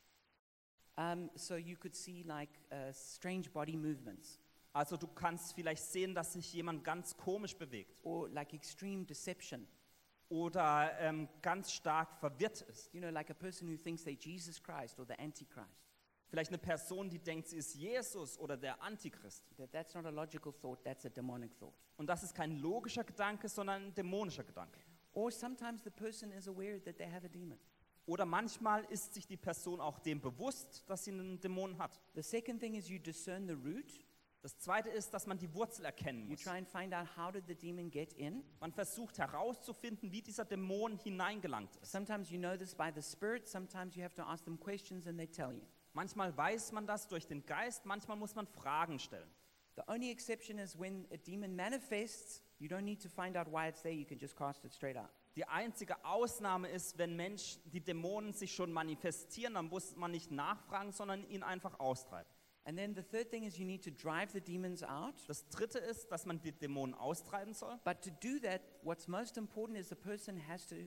So you could see like strange body movements, Also du kannst vielleicht sehen, dass sich jemand ganz komisch bewegt. or like extreme deception. Oder ganz stark verwirrt ist. You know, like a person who thinks they're Jesus Christ or the Antichrist. Vielleicht eine Person, die denkt, sie ist Jesus oder der Antichrist. That's not a logical thought, that's a demonic thought. Und das ist kein logischer Gedanke, sondern ein dämonischer Gedanke. Or sometimes the person is aware that they have a demon. Oder manchmal ist sich die Person auch dem bewusst, dass sie einen Dämon hat. The second thing is you discern the root. Das zweite ist, dass man die Wurzel erkennen You muss. try and find out how did the demon get in. Man versucht herauszufinden, wie dieser Dämon hineingelangt ist. Sometimes you know this by the Spirit, sometimes you have to ask them questions and they tell you. Manchmal weiß man das durch den Geist, manchmal muss man Fragen stellen. The only exception is when a demon manifests, you don't need to find out why it's there, you can just cast it straight out. Die einzige Ausnahme ist, wenn die Dämonen sich schon manifestieren, dann muss man nicht nachfragen, sondern ihn einfach austreiben. And then the third thing is you need to drive the demons out. Das dritte ist, dass man die Dämonen austreiben soll. But to do that, what's most important is the person has to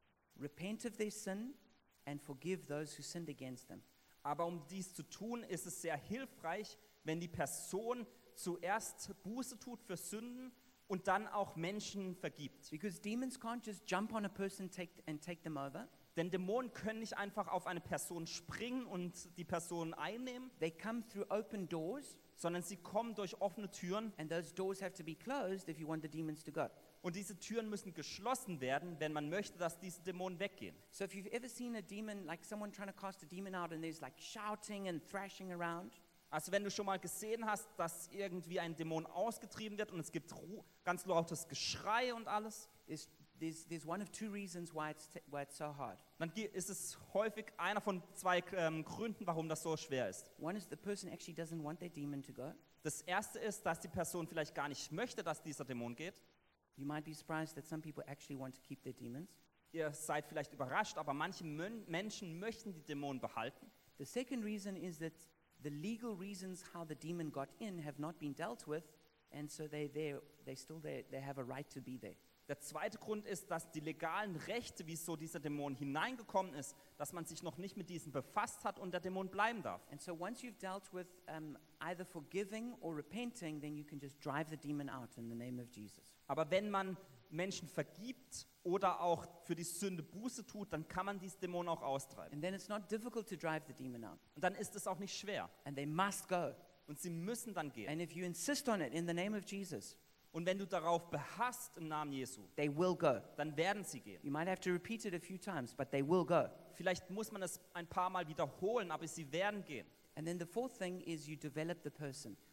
repent of their sin and forgive those who sinned against them. Aber um dies zu tun, ist es sehr hilfreich, wenn die Person zuerst Buße tut für Sünden und dann auch Menschen vergibt. Because demons can't just jump on a person and take them over. Denn Dämonen können nicht einfach auf eine Person springen und die Person einnehmen, They come through open doors, sondern sie kommen durch offene Türen and those doors have to be closed if you want the demons to go. und diese Türen müssen geschlossen werden, wenn man möchte, dass diese Dämonen weggehen. So if you've ever seen a demon, like someone trying to cast a demon out and there's like shouting and thrashing around, Also wenn du schon mal gesehen hast, dass irgendwie ein Dämon ausgetrieben wird und es gibt ganz lautes Geschrei und alles, there's one of two reasons why it's so hard. dann ist es häufig einer von 2 Gründen, warum das so schwer ist. One is the person actually doesn't want their demon to go. Das erste ist, dass die Person vielleicht gar nicht möchte, dass dieser Dämon geht. You might be surprised that some people actually want to keep their demons. Ihr seid vielleicht überrascht, aber manche Menschen möchten die Dämonen behalten. The second reason is that the legal reasons how the demon got in have not been dealt with, and so they're still there. They have a right to be there. Der zweite Grund ist, dass die legalen Rechte, wieso dieser Dämon hineingekommen ist, dass man sich noch nicht mit diesen befasst hat und der Dämon bleiben darf. And so once you've dealt with either forgiving or repenting, then you can just drive the demon out in the name of Jesus. Aber wenn man Menschen vergibt oder auch für die Sünde Buße tut, dann kann man diesen Dämon auch austreiben. And then it's not difficult to drive the demon out. Und dann ist es auch nicht schwer. And they must go. Und sie müssen dann gehen. And if you insist on it in the name of Jesus, Und wenn du darauf beharrst im Namen Jesu, they will go. dann werden sie gehen. You might have to repeat it a few times, but they will go. Vielleicht muss man es ein paar Mal wiederholen, aber sie werden gehen. And then the fourth thing is you develop the person.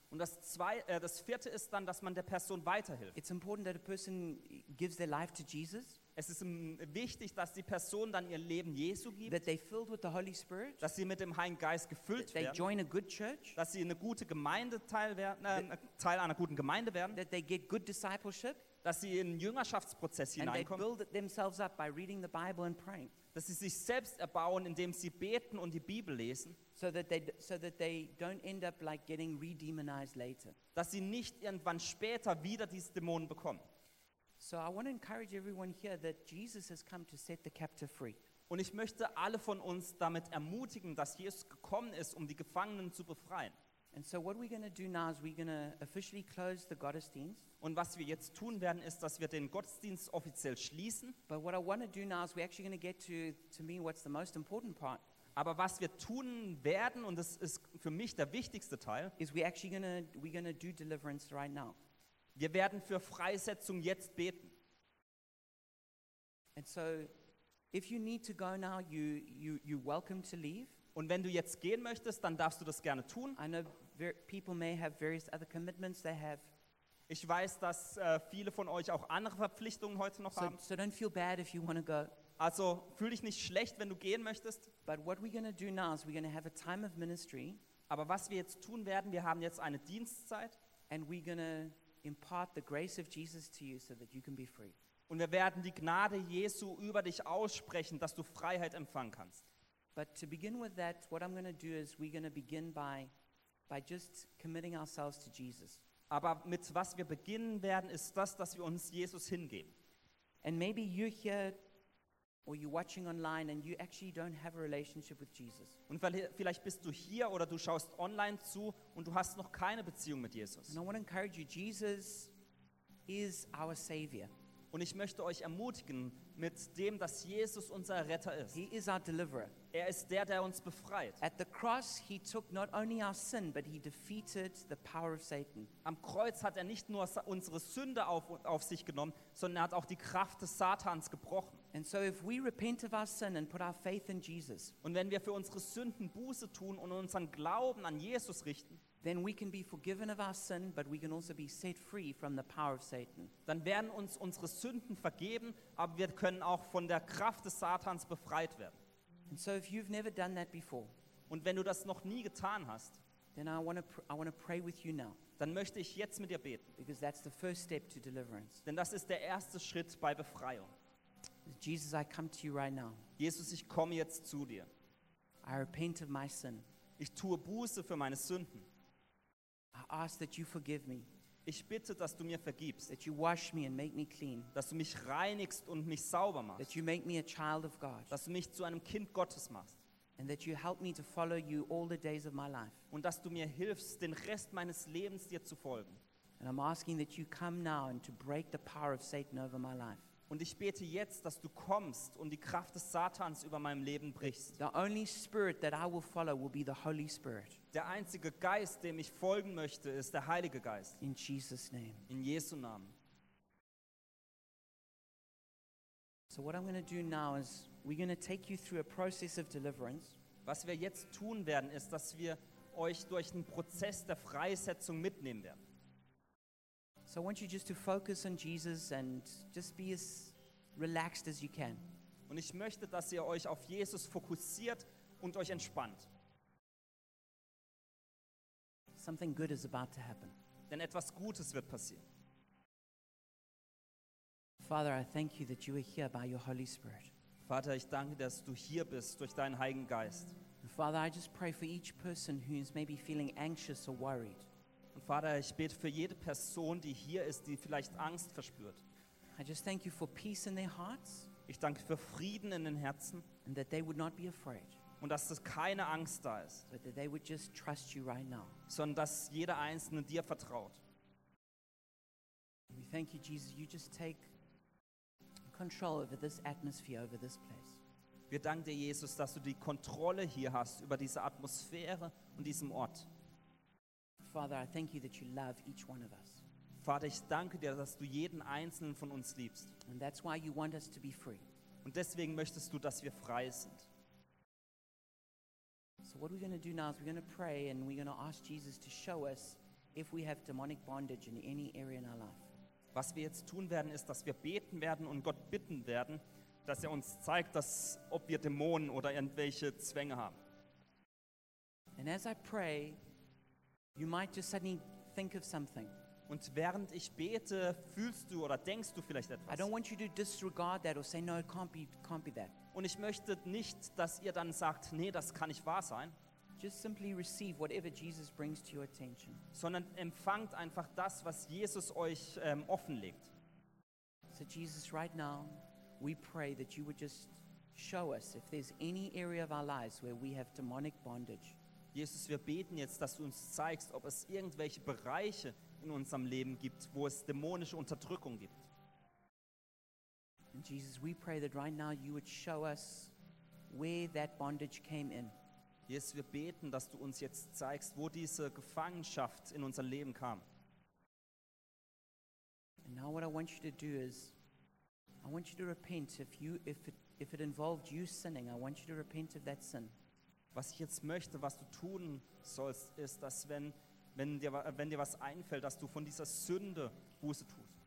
Und das vierte ist dann, dass man der Person weiterhilft. It's important that a person gives their life to Jesus, Es ist wichtig, dass die Person dann ihr Leben Jesu gibt, that they're filled with the Holy Spirit, dass sie mit dem Heiligen Geist that gefüllt they werden, join a good church, dass sie eine gute Gemeinde Teil einer guten Gemeinde werden, that they get good discipleship, dass sie in einen Jüngerschaftsprozess and they hineinkommen, build themselves up by reading the Bible and praying, dass sie sich selbst erbauen, indem sie beten und die Bibel lesen, so that they don't end up like getting re-demonized later. dass sie nicht irgendwann später wieder diese Dämonen bekommen. So I want to encourage everyone here that Jesus has come to set the captive free. Und ich möchte alle von uns damit ermutigen, dass Jesus gekommen ist, um die Gefangenen zu befreien. And so what we're going to do now is we're going to officially close the Gottesdienst. Und was wir jetzt tun werden, ist, dass wir den Gottesdienst offiziell schließen. But what I want to do now is we're actually going to get to me what's the most important part, Aber was wir tun werden, und das ist für mich der wichtigste Teil, is we're going to do deliverance right now. wir werden für Freisetzung jetzt beten. And so if you need to go now, you're welcome to leave. Und wenn du jetzt gehen möchtest, dann darfst du das gerne tun. I know people may have various other commitments they have. Ich weiß, dass viele von euch auch andere Verpflichtungen heute noch So, haben. so don't feel bad if you want to go. Also fühl dich nicht schlecht, wenn du gehen möchtest. But what we're going to do now is we're going to have a time of ministry, Aber was wir jetzt tun werden, wir haben jetzt eine Dienstzeit and we're going to impart the grace of Jesus to you so that you can be free. und wir werden die Gnade Jesu über dich aussprechen, dass du Freiheit empfangen kannst. But to begin with that, what I'm going to do is we're going to begin by just committing ourselves to Jesus. Aber mit was wir beginnen werden, ist das, dass wir uns Jesus hingeben. And maybe you're here or you're watching online and you actually don't have a relationship with Jesus. Und vielleicht bist du hier oder du schaust online zu und du hast noch keine Beziehung mit Jesus. And I want to encourage you, Jesus is our Savior. Und ich möchte euch ermutigen mit dem, dass Jesus unser Retter ist. He is our deliverer. Er ist der, der uns befreit. At the cross, he took not only our sin, but he defeated the power of Satan. Am Kreuz hat er nicht nur unsere Sünde auf sich genommen, sondern er hat auch die Kraft des Satans gebrochen. And so if we repent of our sin and put our faith in Jesus, Und wenn wir für unsere Sünden Buße tun und unseren Glauben an Jesus richten, then we can be forgiven of our sin, but we can also be set free from the power of Satan. dann werden uns unsere Sünden vergeben, aber wir können auch von der Kraft des Satans befreit werden. And so if you've never done that before, Und wenn du das noch nie getan hast, then I want to pray with you now, dann möchte ich jetzt mit dir beten. because that's the first step to deliverance. Denn das ist der erste Schritt bei Befreiung. Jesus, I come to you right now. Jesus, ich komme jetzt zu dir. I repent of my sin. Ich tue Buße für meine Sünden. I ask that you forgive me, Ich bitte, dass du mir vergibst, that you wash me and make me clean, dass du mich reinigst und mich sauber machst, that you make me a child of God, dass du mich zu einem Kind Gottes machst and that you help me to follow you all the days of my life. und dass du mir hilfst, den Rest meines Lebens dir zu folgen. And I'm asking that you come now and to break the power of Satan over my life. Und ich bete jetzt, dass du kommst und die Kraft des Satans über meinem Leben brichst. The only spirit that I will follow will be the Holy Spirit. Der einzige Geist, dem ich folgen möchte, ist der Heilige Geist. In Jesus' name. In Jesu Namen. So what I'm going to do now is we're going to take you through a process of deliverance. Was wir jetzt tun werden, ist, dass wir euch durch den Prozess der Freisetzung mitnehmen werden. So I want you just to focus on Jesus and just be as relaxed as you can. Und ich möchte, dass ihr euch auf Jesus fokussiert und euch entspannt. Something good is about to happen. Denn etwas Gutes wird passieren. Father, I thank you that you are here by your Holy Spirit. Vater, ich danke, dass du hier bist durch deinen Heiligen Geist. And Father, I just pray for each person who's maybe feeling anxious or worried. Und Vater, ich bete für jede Person, die hier ist, die vielleicht Angst verspürt. I just thank you for peace in their hearts Ich danke für Frieden in den Herzen and that they would not be afraid, und dass es keine Angst da ist, but that they would just trust you right now. sondern dass jeder Einzelne dir vertraut. We thank you, Jesus. You just take control over this atmosphere, over this place. Wir danken dir, Jesus, dass du die Kontrolle hier hast über diese Atmosphäre und diesem Ort. Father, I thank you that you love each one of us. Vater, ich danke dir, dass du jeden Einzelnen von uns liebst. And that's why you want us to be free. Und deswegen möchtest du, dass wir frei sind. So what we're going to do now is we're going to pray and we're going to ask Jesus to show us if we have demonic bondage in any area in our life. Was wir jetzt tun werden, ist, dass wir beten werden und Gott bitten werden, dass er uns zeigt, ob wir Dämonen oder irgendwelche Zwänge haben. And as I pray, you might just suddenly think of something. Und während ich bete, fühlst du oder denkst du vielleicht I etwas. don't want you to disregard that or say, no, it can't be that. Und ich möchte nicht, dass ihr dann sagt, nee, das kann nicht wahr sein, Just simply receive whatever Jesus brings to your attention. sondern empfangt einfach das, was Jesus euch offenlegt. So Jesus, right now, we pray that you would just show us if there's any area of our lives where we have demonic bondage. Jesus, wir beten jetzt, dass du uns zeigst, ob es irgendwelche Bereiche in unserem Leben gibt, wo es dämonische Unterdrückung gibt. And Jesus, we pray that right now you would show us where that bondage came in. Jesus, wir beten, dass du uns jetzt zeigst, wo diese Gefangenschaft in unser Leben kam. And now what I want you to do is, I want you to repent. If it involved you sinning, I want you to repent of that sin. Was ich jetzt möchte, was du tun sollst, ist, dass wenn dir was einfällt, dass du von dieser Sünde Buße tust.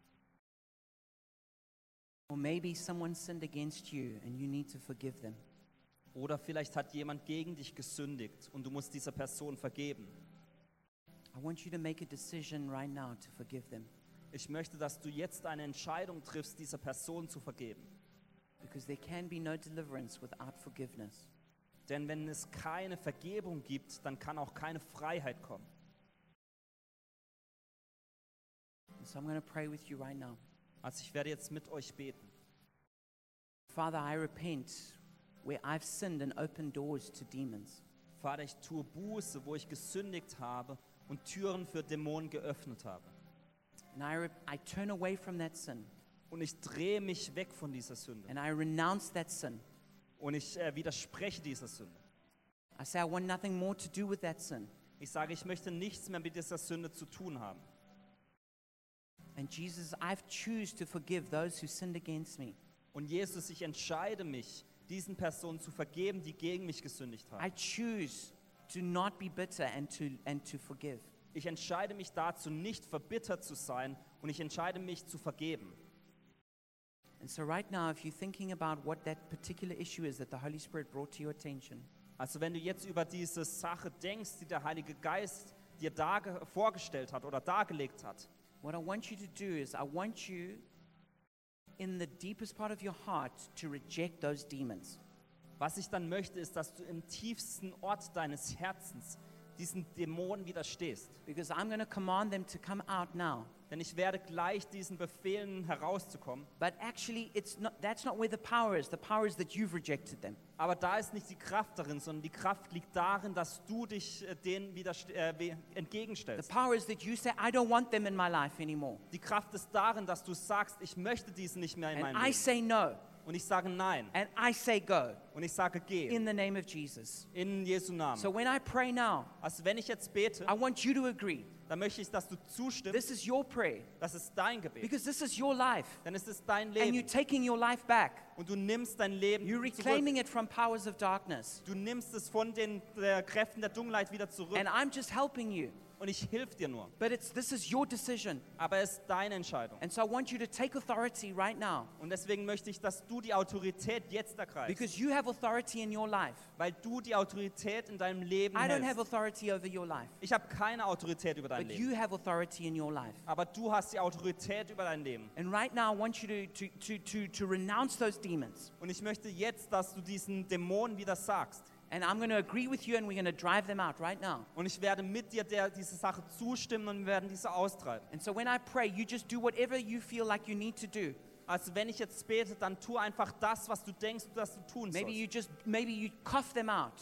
Or maybe someone sinned against you and you need to forgive them. Oder vielleicht hat jemand gegen dich gesündigt und du musst dieser Person vergeben. I want you to make a decision right now to forgive them. Ich möchte, dass du jetzt eine Entscheidung triffst, dieser Person zu vergeben. Because there can be no deliverance without forgiveness. Denn wenn es keine Vergebung gibt, dann kann auch keine Freiheit kommen. And so I'm going to pray with you right now. Also ich werde jetzt mit euch beten. Father, I repent where I've sinned and opened doors to demons. Vater, ich tue Buße, wo ich gesündigt habe und Türen für Dämonen geöffnet habe. And I turn away from that sin. Und ich drehe mich weg von dieser Sünde. And I renounce that sin. Und ich widerspreche dieser Sünde. I say I want nothing more to do with that sin. Ich sage, ich möchte nichts mehr mit dieser Sünde zu tun haben. And Jesus, I've choose to forgive those who sinned against me. Und Jesus, ich entscheide mich, diesen Personen zu vergeben, die gegen mich gesündigt I haben. choose to not be bitter and to forgive. Ich entscheide mich dazu, nicht verbittert zu sein und ich entscheide mich zu vergeben. And so right now, if you're thinking about what that particular issue is that the Holy Spirit brought to your attention, Also wenn du jetzt über diese Sache denkst, die der Heilige Geist dir vorgestellt hat oder dargelegt hat, what I want you to do is I want you in the deepest part of your heart to reject those demons. was ich dann möchte, ist, dass du im tiefsten Ort deines Herzens diesen Dämonen widerstehst. Because I'm going to command them to come out now. Denn ich werde gleich diesen Befehlen herauszukommen. But actually, that's not where the power is. The power is that you've rejected them. Aber da ist nicht die Kraft darin, sondern die Kraft liegt darin, dass du dich denen The entgegenstellst. power is that you say, I don't want them in my life anymore. Die Kraft ist darin, dass du sagst, ich möchte diesen nicht mehr in And meinem I Leben. say no. Und ich sage nein. And I say go. Und ich sage geh. In the name of Jesus. In Jesu Namen. So when I pray now, Also wenn ich jetzt bete, I want you to agree. dann möchte ich, dass du zustimmst. This is your prayer. Das ist dein Gebet. Because this is your life. Denn es ist dein And you're Leben. taking your life back. Und du nimmst dein Leben You're zurück. reclaiming it from powers of darkness. Du nimmst es von den Kräften der Dunkelheit wieder zurück. And I'm just helping you. Und ich helfe dir nur. But this is your decision. Aber es ist deine Entscheidung. And so I want you to take authority right now. Und deswegen möchte ich, dass du die Autorität jetzt ergreifst. Because you have authority in your life. Weil du die Autorität in deinem Leben I don't have hältst. authority over your life. Ich habe keine Autorität über dein But Leben. you have authority in your life. Aber du hast die Autorität über dein Leben. And right now I want you to renounce those demons. Und ich möchte jetzt, dass du diesen Dämonen widersagst. And I'm going to agree with you and we're going to drive them out right now. Und ich werde mit dir diese Sache zustimmen und wir werden diese austreiben. And so when I pray, you just do whatever you feel like you need to do. Also wenn ich jetzt bete, dann tu einfach das, was du denkst, dass du tun sollst. Maybe you cough them out.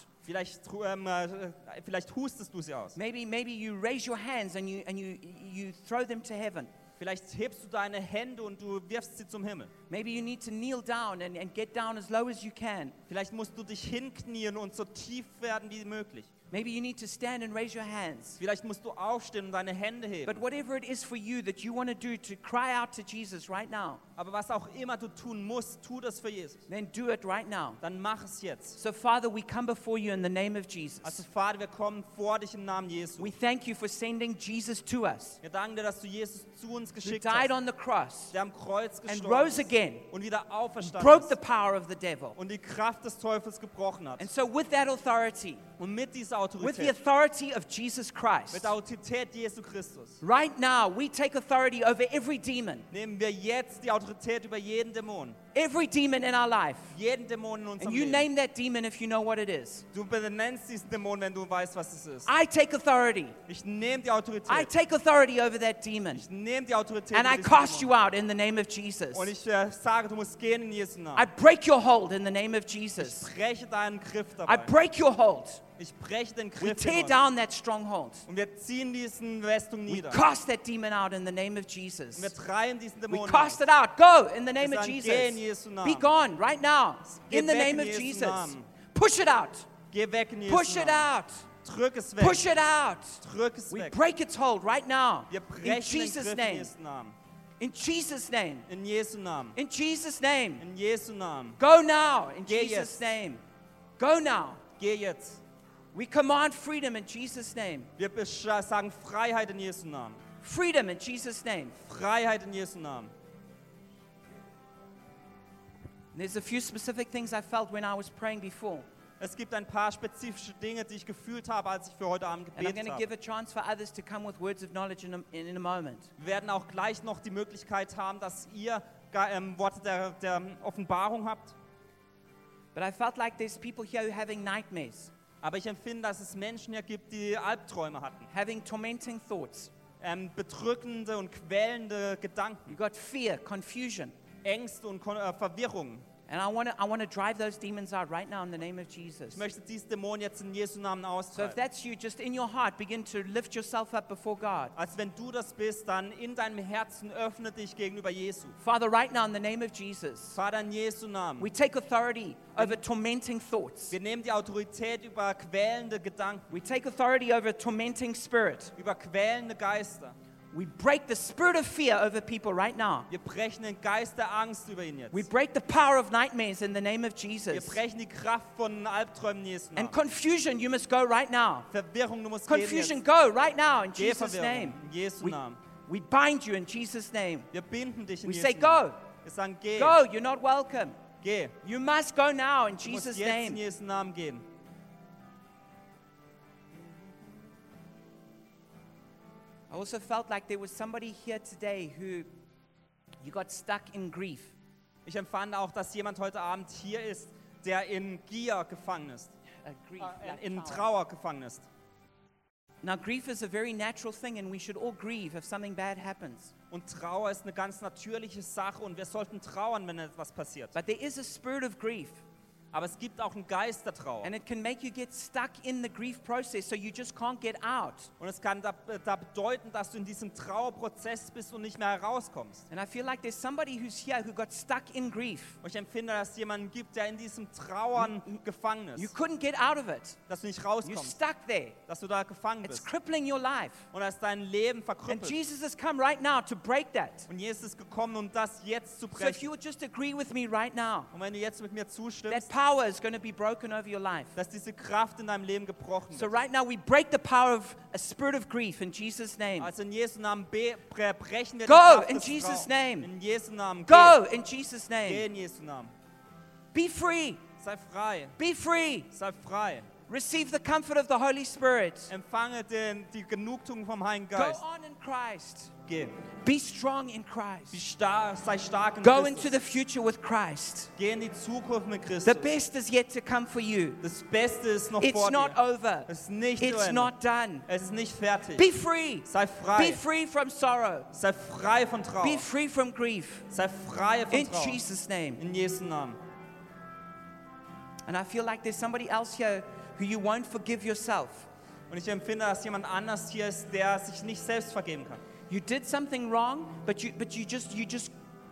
Vielleicht hustest du sie aus. Maybe you raise your hands and you throw them to heaven. Vielleicht hebst du deine Hände und du wirfst sie zum Himmel. Maybe you need to kneel down and get down as low as you can. Vielleicht musst du dich hinknien und so tief werden wie möglich. Maybe you need to stand and raise your hands. Vielleicht musst du aufstehen und deine Hände heben. But whatever it is for you that you want to do to cry out to Jesus right now, Aber was auch immer du tun musst, tu das für Jesus. then do it right now. Dann mach es jetzt. So Father, we come before you in the name of Jesus. Also Vater, wir kommen vor dich im Namen Jesu. We thank you for sending Jesus to us, Wir danken dir, dass du Jesus zu uns who geschickt died hast, on the cross der am Kreuz and gestorben rose ist again, und wieder auferstanden broke the ist power of the devil. und die Kraft des Teufels gebrochen hat. And so with that authority, Und mit dieser with the Autorität, authority of Jesus Christ, mit der Autorität Jesu Christus, right now we take authority over every demon nehmen wir jetzt die Autorität über jeden Dämon. in our life. Jeden Dämon in And unserem you Leben. name that demon if you know what it is. Du benennst diesen Dämon, wenn du weißt, was es ist. I take authority. Ich nehme die I Autorität. take authority over that demon. Ich nehme die Autorität And über I diesen cast Dämon. you out in the name of Jesus. Und ich sage, du musst gehen in Jesu I Namen. break your hold in the name of Jesus. Ich breche deinen Griff I dabei. break your hold. Ich breche den We Griff tear in euch. down that stronghold. Und wir ziehen diesen Festung We nieder. cast that demon out in the name of Jesus. Und wir treiben diesen We Dämon cast aus. it out. Go in the name Wir of sagen, geh in Jesus. Jesu Be Namen. gone right now Geh in the weg name in of Jesu Jesus. Namen. Push it out. Geh weg in Jesu Push it Namen. out. Drück es weg. Push it out. Drück es We weg. break its hold right now. Wir In brechen den Jesus' Griff in name. Jesu Namen. In Jesus' name. In Jesu Namen. In Jesus' name. In Jesu Namen. Go now in Geh Jesus' jetzt. name. Go now. Geh jetzt. We command freedom in Jesus' name. Wir sagen Freiheit in Jesu Namen. Freedom in Jesus' name. Freiheit in Jesu Namen. There's a few specific things I felt when I was praying before. Es gibt ein paar spezifische Dinge, die ich gefühlt habe, als ich für heute Abend And I'm going gebetet to habe. give a chance for others to come with words of knowledge in a moment. Wir werden auch gleich noch die Möglichkeit haben, dass ihr Worte der Offenbarung habt. But I felt like there's people here who are having nightmares, Aber ich empfinde, dass es Menschen hier gibt, die Albträume hatten. having tormenting thoughts. Bedrückende und quälende Gedanken, You've got fear, confusion. Ängste und Verwirrungen. And I want to drive those demons out right now in the name of Jesus. Ich möchte diese Dämonen jetzt in Jesu Namen So if austreiben. that's you, just in your heart, begin to lift yourself up before God. Als wenn du das bist, dann in deinem Herzen öffne dich gegenüber Jesu. Father, right now in the name of Jesus, Vater, in Jesu Namen. we take authority over tormenting thoughts. Wir nehmen die Autorität über quälende Gedanken, We take authority over tormenting spirit. über quälende Geister. We break the spirit of fear over people right now. Wir brechen den Geist der Angst über ihn jetzt. We break the power of nightmares in the name of Wir Jesus. brechen die Kraft von Albträumen in Jesu And Namen. confusion, you must go right now. Verwirrung, du musst gehen Confusion, jetzt. go right now in Geh Jesus' name. Verwirrung, in Jesu We, Namen. we bind you in Jesus' name. Wir binden dich in We Jesu say, Namen. go, Wir sagen, geh, go, you're not welcome. geh. You must go now in Du musst Jesus' jetzt in name. Jesu Namen gehen. I also felt like there was somebody here today who you got stuck in grief. Ich empfand auch, dass jemand heute Abend hier ist, der in Gier gefangen ist, Grief, like in Trauer. Trauer gefangen ist. Now, grief is a very natural thing, and we should all grieve if something bad happens. Und Trauer ist eine ganz natürliche Sache und wir sollten trauern, wenn etwas passiert. But there is a spirit of grief, Aber es gibt auch einen Geist der Trauer. and it can make you get stuck in the grief process, so you just can't get out. Und es kann da bedeuten, dass du in diesem Trauerprozess bist und nicht mehr herauskommst. And I feel like there's somebody who's here who got stuck in grief. Und ich empfinde, dass es jemanden gibt, der in diesem Trauern gefangen You ist. couldn't get out of it. Dass du nicht You're rauskommst, stuck there. dass du da gefangen It's bist. crippling your life. Und dass dein Leben And verkrüppelt. Jesus has come right now to break that. Und Jesus ist gekommen, um das jetzt zu So if brechen. you would just agree with me right now, Und wenn du jetzt mit mir that zustimmst, power is going to be broken over your life. dass diese Kraft in deinem Leben gebrochen So wird. right now we break the power of a spirit of grief in Jesus' name. Also in Jesu Namen brechen wir die Go Kraft in des Jesus' Trauers. name. In Jesu Namen. Go in Jesus' Geh name. in Jesu Namen. Be free. Sei frei. Be free. Sei frei. Receive the comfort of the Holy Spirit. Empfange die Genugtuung vom Heiligen Go Geist. on in Christ. Geh. Be strong in Christ. Sei stark in Go into Christus. the future with Christ. Geh in die Zukunft mit Christus. The best is yet to come for you. Das Beste ist noch It's vor not dir. over. Es ist nicht It's zu Ende. not done. Es ist nicht fertig. Be free. Sei Be frei. free from sorrow. Sei frei von Trauer. Be free from grief. Sei frei von In Trauer. Jesus' name. In Jesu Namen. And I feel like there's somebody else here who you won't forgive yourself. Und ich empfinde, dass jemand anders hier ist, der sich nicht selbst vergeben kann. You did something wrong, but you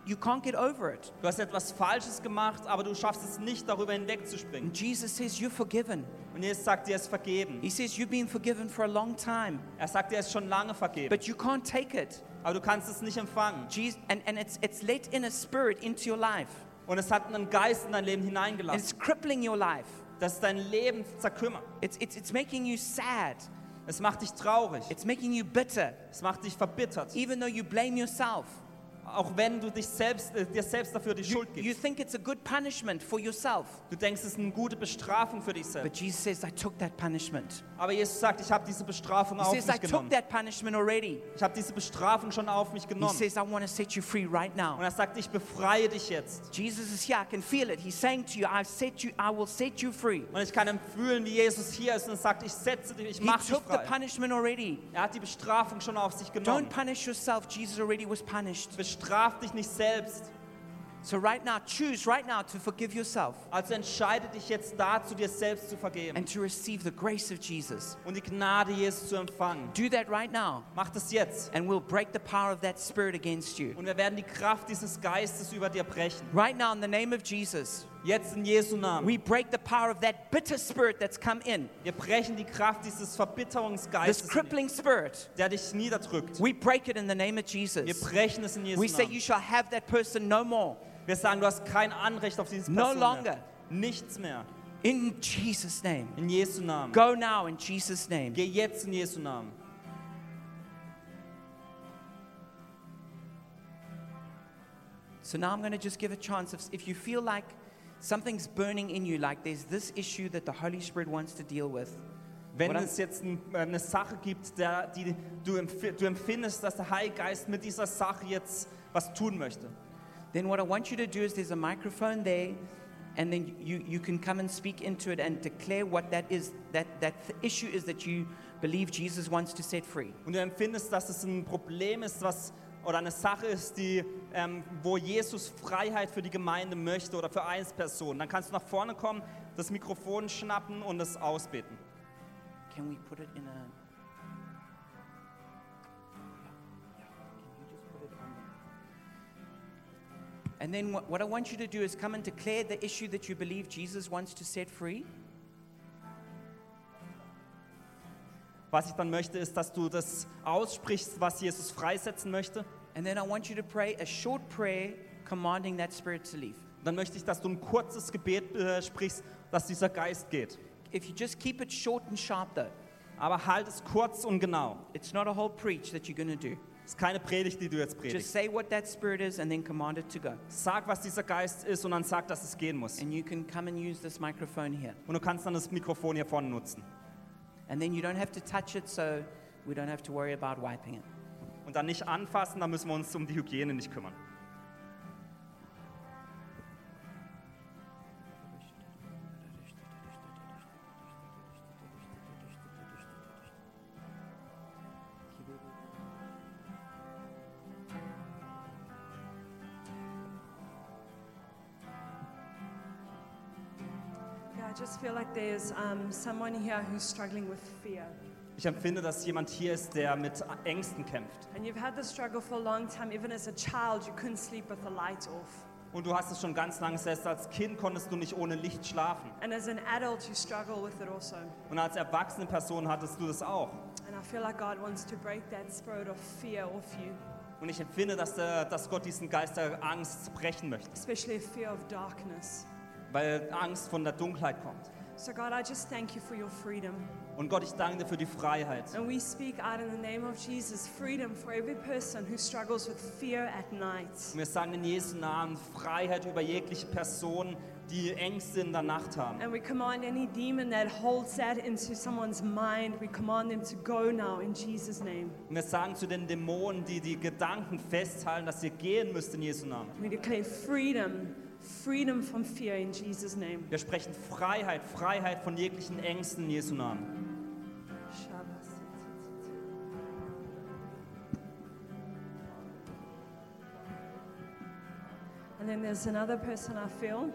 you can't get over it. Du hast etwas Falsches gemacht, aber du schaffst es nicht, darüber hinwegzuspringen. And Jesus says, you're forgiven. Und Jesus sagt, dir ist vergeben. He says, you've been forgiven for a long time, Er sagt, dir ist schon lange vergeben. but you can't take it. Aber du kannst es nicht empfangen. And it's let in a spirit into your life. Und es hat einen Geist in dein Leben And hineingelassen. it's crippling your life. Das ist dein Leben zerkümmert. It's making you sad. Es macht dich traurig. It's making you bitter, Es macht dich verbittert. even though you blame yourself. Auch wenn du dir selbst dafür die Schuld You gibst. think it's a good punishment for yourself. Du denkst, es ist eine gute Bestrafung für dich But selbst. Jesus says, I took that punishment. Aber Jesus sagt, ich habe diese Bestrafung He auf says, I mich took genommen. that punishment already. Ich habe diese Bestrafung schon auf mich He genommen. says, I want to set you free right Und now. er sagt, ich befreie dich jetzt. Jesus is here. I can feel it. He's saying to you, I will set you free. Und ich kann fühlen, wie Jesus hier ist und sagt, ich setze dich, ich He mache dich took the frei. punishment already. Er hat die Bestrafung schon auf sich Don't genommen. punish yourself. Jesus already was punished. Bestraf dich nicht selbst. So right now, choose right now to forgive yourself Also entscheide dich jetzt dazu, dir selbst zu vergeben and to receive the grace of Jesus. und die Gnade Jesus zu empfangen. Do that right now, Mach das jetzt. and we'll break the power of that spirit against you. Und wir werden die Kraft dieses Geistes über dir brechen. Right now, in the name of Jesus, Jetzt in Jesu Namen. we break the power of that bitter spirit that's come in, Wir brechen die Kraft dieses this Verbitterungsgeistes, crippling spirit. der dich niederdrückt. We break it in the name of Wir Jesus. brechen es in Jesu We say, Namen. you shall have that person no more. Wir sagen, du hast kein Anrecht auf dieses No Person longer. mehr. Nichts mehr. In Jesus' name. In Jesu Namen. Go now in Jesus' name. Geh jetzt in Jesu Namen. So now I'm going to just give a chance. If you feel like something's burning in you, like there's this issue that the Holy Spirit wants to deal with, Wenn Oder? es jetzt eine Sache gibt, die du empfindest, dass der Heilige Geist mit dieser Sache jetzt was tun möchte, then what I want you to do is there's a microphone there, and then you can come and speak into it and declare what that is, that issue is that you believe Jesus wants to set free. und du empfindest, dass es ein Problem ist, oder eine Sache ist, wo Jesus Freiheit für die Gemeinde möchte oder für Einzelpersonen, dann kannst du nach vorne kommen, das Mikrofon schnappen und es ausbeten. Can we put it in a... Can you just put it on there? And then what I want you to do is come and declare the issue that you believe Jesus wants to set free. Was ich dann möchte, ist, dass du das aussprichst, was Jesus freisetzen möchte. And then I want you to pray a short prayer commanding that spirit to leave. Dann möchte ich, dass du ein kurzes Gebet sprichst, dass dieser Geist geht. If you just keep it short and sharp though, Aber halt es kurz und genau. it's not a whole preach that you're going to do. Es ist keine Predigt, die du jetzt Just predigst. say what that spirit is and then command it to go. Sag, was dieser Geist ist und dann sag, dass es gehen muss. And you can come and use this microphone here. Und du kannst dann das Mikrofon hier vorne nutzen. And then you don't have to touch it, so we don't have to worry about wiping it. Und dann nicht anfassen, dann müssen wir uns um die Hygiene nicht kümmern. Yeah, I just feel like there's someone here who's struggling with fear. Ich empfinde, dass jemand hier ist, der mit Ängsten kämpft. And you've had this struggle for a long time. Even as a child, you couldn't sleep with the light off. Und du hast es schon ganz lange, selbst als Kind konntest du nicht ohne Licht schlafen. And as an adult, you struggle with it also. Und als erwachsene Person hattest du das auch. And I feel like God wants to break that spirit of fear off you, Und ich empfinde, dass Gott diesen Geist der Angst brechen möchte. especially a fear of darkness. Weil Angst von der Dunkelheit kommt. So God, I just thank you for your freedom. Und Gott, ich danke dir für die Freiheit. And we speak out in the name of Jesus, freedom for every person who struggles with fear at night. Und wir sagen in Jesu Namen Freiheit über jegliche Person, die Ängste in der Nacht haben. And we command any demon that holds that into someone's mind, we command them to go now in Jesus' name. Und wir sagen zu den Dämonen, die die Gedanken festhalten, dass ihr gehen müsst in Jesu Namen. We declare freedom, freedom from fear in Jesus' name. Wir sprechen Freiheit, Freiheit von jeglichen Ängsten in Jesu Namen. And then there's another person I feel.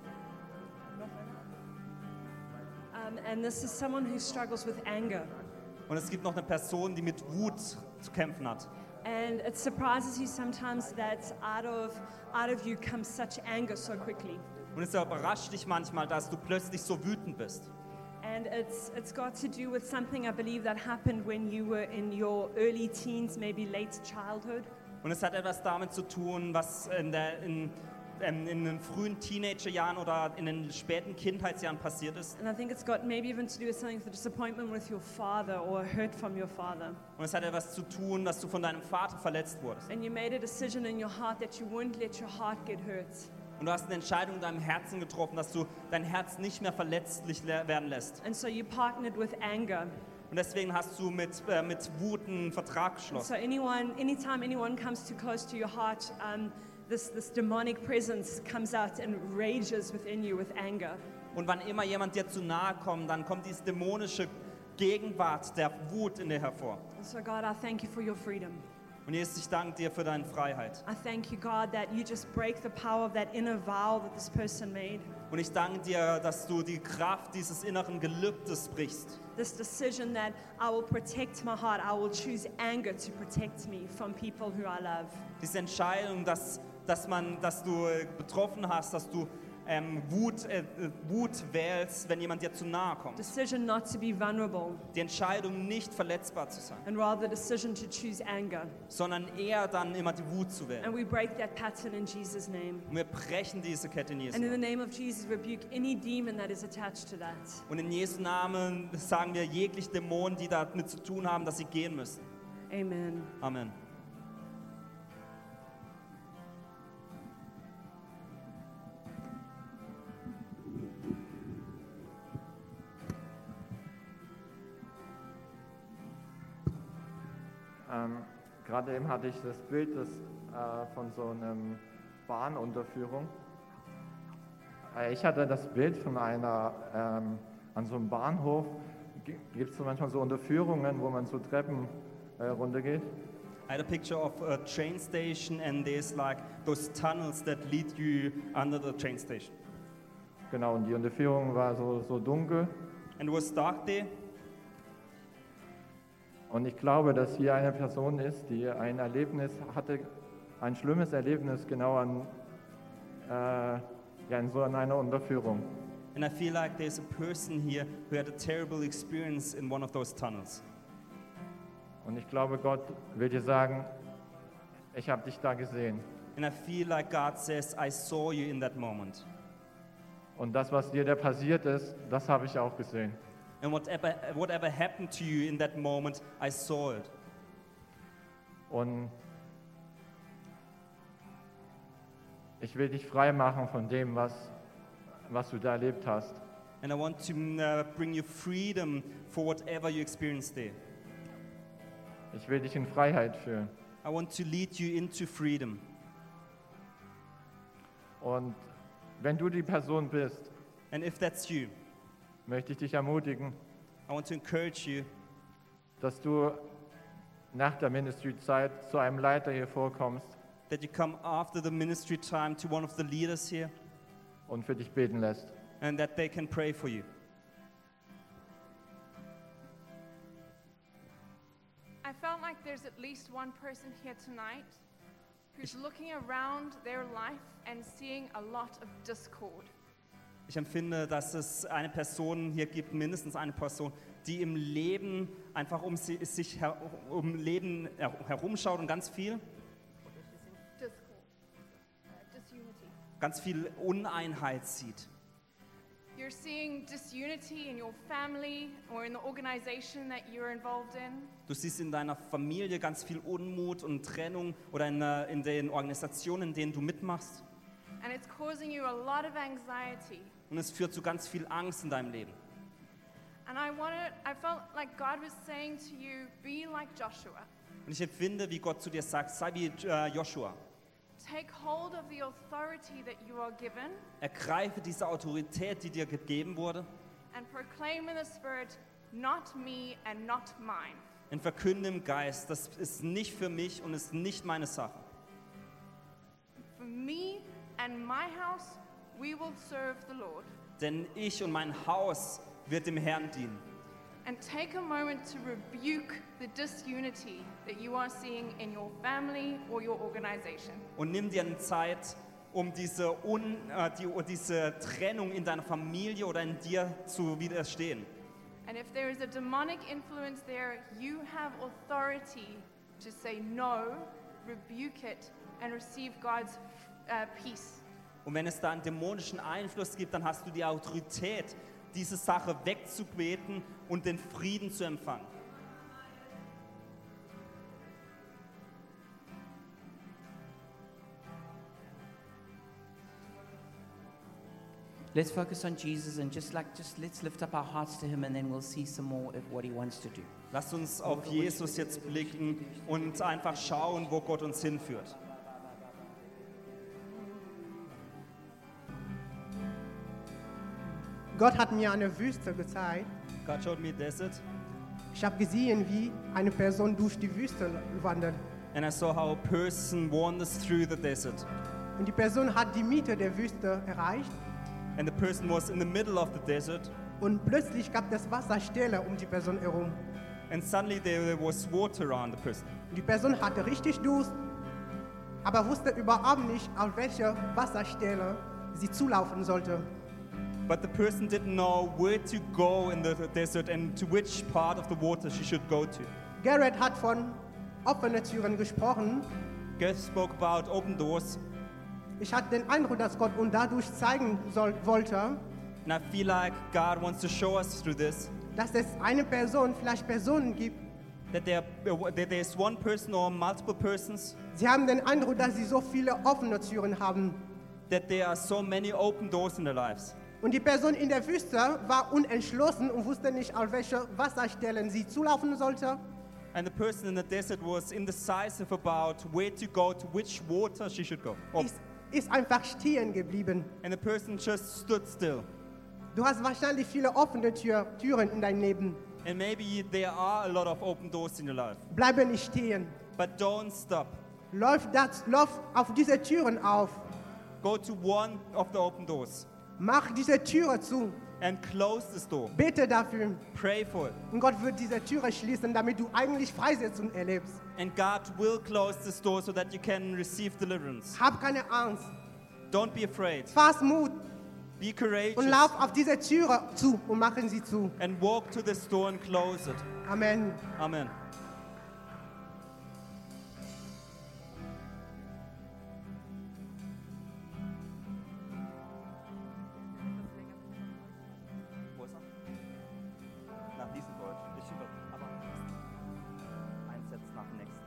And this is someone who struggles with anger. Und es gibt noch eine Person, die mit Wut zu kämpfen hat. And it surprises you sometimes that out of you comes such anger so quickly. Und es überrascht dich manchmal, dass du plötzlich so wütend bist. And it's got to do with something I believe that happened when you were in your early teens, maybe late childhood. Und es hat etwas damit zu tun, was in den frühen Teenagerjahren oder in den späten Kindheitsjahren passiert ist. And I think it's got maybe even to do with something with the disappointment with your father or a hurt from your father. Und es hat etwas zu tun, dass du von deinem Vater verletzt wurdest. And you made a decision in your heart that you wouldn't let your heart get hurt. Und du hast eine Entscheidung in deinem Herzen getroffen, dass du dein Herz nicht mehr verletzlich werden lässt. And so you partnered with anger. Und deswegen hast du mit Wut einen Vertrag geschlossen. So anytime anyone comes too close to your heart, this demonic presence comes out and rages within you with anger. Und wann immer jemand dir zu nahe kommt, dann kommt diese dämonische Gegenwart der Wut in dir hervor. And so God, I thank you for your freedom. Und Jesus, ich danke dir für deine Freiheit. I thank you, God, that you just break the power of that inner vow that this person made. Und ich danke dir, dass du die Kraft dieses inneren Gelübdes brichst. This decision that I will protect my heart, I will choose anger to protect me from people who I love. Diese Entscheidung, dass du betroffen hast, dass du Wut wählst, wenn jemand dir zu nahe kommt. Decision not to be vulnerable, Die Entscheidung, nicht verletzbar zu sein, and rather the decision to choose anger. sondern eher dann immer die Wut zu wählen. And we break that pattern in Jesus' name. Und wir brechen diese Kette in Jesu And in the Namen. name of Jesus, rebuke any demon that is attached to that. Und in Jesu Namen sagen wir jegliche Dämonen, die damit zu tun haben, dass sie gehen müssen. Amen. Amen. Gerade eben hatte ich das Bild von so einer Bahnunterführung. Ich hatte das Bild von einer, an so einem Bahnhof, gibt es so manchmal so Unterführungen, wo man so Treppen runtergeht. I had a picture of a train station and there's like those tunnels that lead you under the train station. Genau, und die Unterführung war so dunkel. And it was dark there. Und ich glaube, dass hier eine Person ist, die ein Erlebnis hatte, ein schlimmes Erlebnis genau in so einer Unterführung. And I feel like there's a person here who had a terrible experience in one of those tunnels. Und ich glaube, Gott will dir sagen, ich habe dich da gesehen. And I feel like God says, I saw you in that moment. Und das, was dir da passiert ist, das habe ich auch gesehen. And whatever happened to you in that moment, I saw it. Und ich will dich frei machen von dem, was du da erlebt hast. And I want to bring you freedom for whatever you experienced there. Ich will dich in Freiheit führen. I want to lead you into freedom. Und wenn du die Person bist, And if that's you, möchte ich dich ermutigen, I want to encourage you dass du nach der Ministry-Zeit zu einem Leiter hier vorkommst that you come after the ministry time to one of the leaders here und für dich beten lässt. and that they can pray for you. I felt like there's at least one person here tonight who's looking around their life and seeing a lot of discord. Ich empfinde, dass es eine Person hier gibt, mindestens eine Person, die im Leben einfach herumschaut und ganz viel Disunity. ganz viel Uneinheit sieht. You're seeing disunity in your family or in the organization that you're involved in. Du siehst in deiner Familie ganz viel Unmut und Trennung oder in den Organisationen, in denen du mitmachst. And it's causing you a lot of anxiety. Und es führt zu ganz viel Angst in deinem Leben. And I felt like God was saying to you, be like Joshua. Und ich empfinde, wie Gott zu dir sagt, sei wie Joshua. Take hold of the authority that you are given Ergreife diese Autorität, die dir gegeben wurde, and proclaim in the Spirit, not me and not mine. und verkünde im Geist, das ist nicht für mich und ist nicht meine Sache. For me and my house, we will serve the Lord. Denn ich und mein Haus wird dem Herrn dienen. and take a moment to rebuke the disunity that you are seeing in your family or your organization. Und nimm dir eine Zeit, um diese Trennung in deiner Familie oder in dir zu widerstehen. And if there is a demonic influence there, you have authority to say no, rebuke it, and receive God's peace. Und wenn es da einen dämonischen Einfluss gibt, dann hast du die Autorität, diese Sache wegzubeten und den Frieden zu empfangen. Let's focus on Jesus and just let's lift up our hearts to him, and then we'll see some more of what he wants to do. Lasst uns auf Jesus jetzt blicken und einfach schauen, wo Gott uns hinführt. Gott hat mir eine Wüste gezeigt. God showed me a desert, Ich habe gesehen, wie eine Person durch die Wüste wandert. and I saw how a person wanders through the desert. Und die Person hat die Mitte der Wüste erreicht. And the person was in the middle of the desert, Und plötzlich gab es Wasserstelle um die Person herum. and suddenly there was water around the person. Und die Person hatte richtig Durst, aber wusste überhaupt nicht, auf welche Wasserstelle sie zulaufen sollte. But the person didn't know where to go in the desert and to which part of the water she should go to. Garrett hat von offenen Türen gesprochen. God spoke about open doors, Ich hatte den Eindruck, dass Gott uns dadurch zeigen wollte, and I feel like God wants to show us through this dass es eine Person, vielleicht Personen gibt. that there's one person or multiple persons, Sie haben den Eindruck, dass sie so viele offene Türen haben. that there are so many open doors in their lives. Und die Person in der Wüste war unentschlossen und wusste nicht, auf welche Wasserstellen sie zulaufen sollte. And the person in the desert was indecisive about where to go, to which water she should go. Oh, Ist einfach stehen geblieben. and the person just stood still. Du hast wahrscheinlich viele offene Türen in deinem Leben. And maybe there are a lot of open doors in your life, Bleibe nicht stehen. but don't stop. Lauf auf diese Türen auf. Go to one of the open doors Mach diese Türe zu. and close this door. Bete dafür. Pray for it. Und Gott wird diese Türe schließen, damit du eigentlich Freisetzung erlebst. And God will close this door so that you can receive deliverance. Hab keine Angst. Don't be afraid. Fass Mut Be und courageous lauf auf diese Türe zu und machen sie zu. and walk to this door and close it. Amen. Amen. Nach diesem Deutsch. Aber einsetzt nach dem nächsten.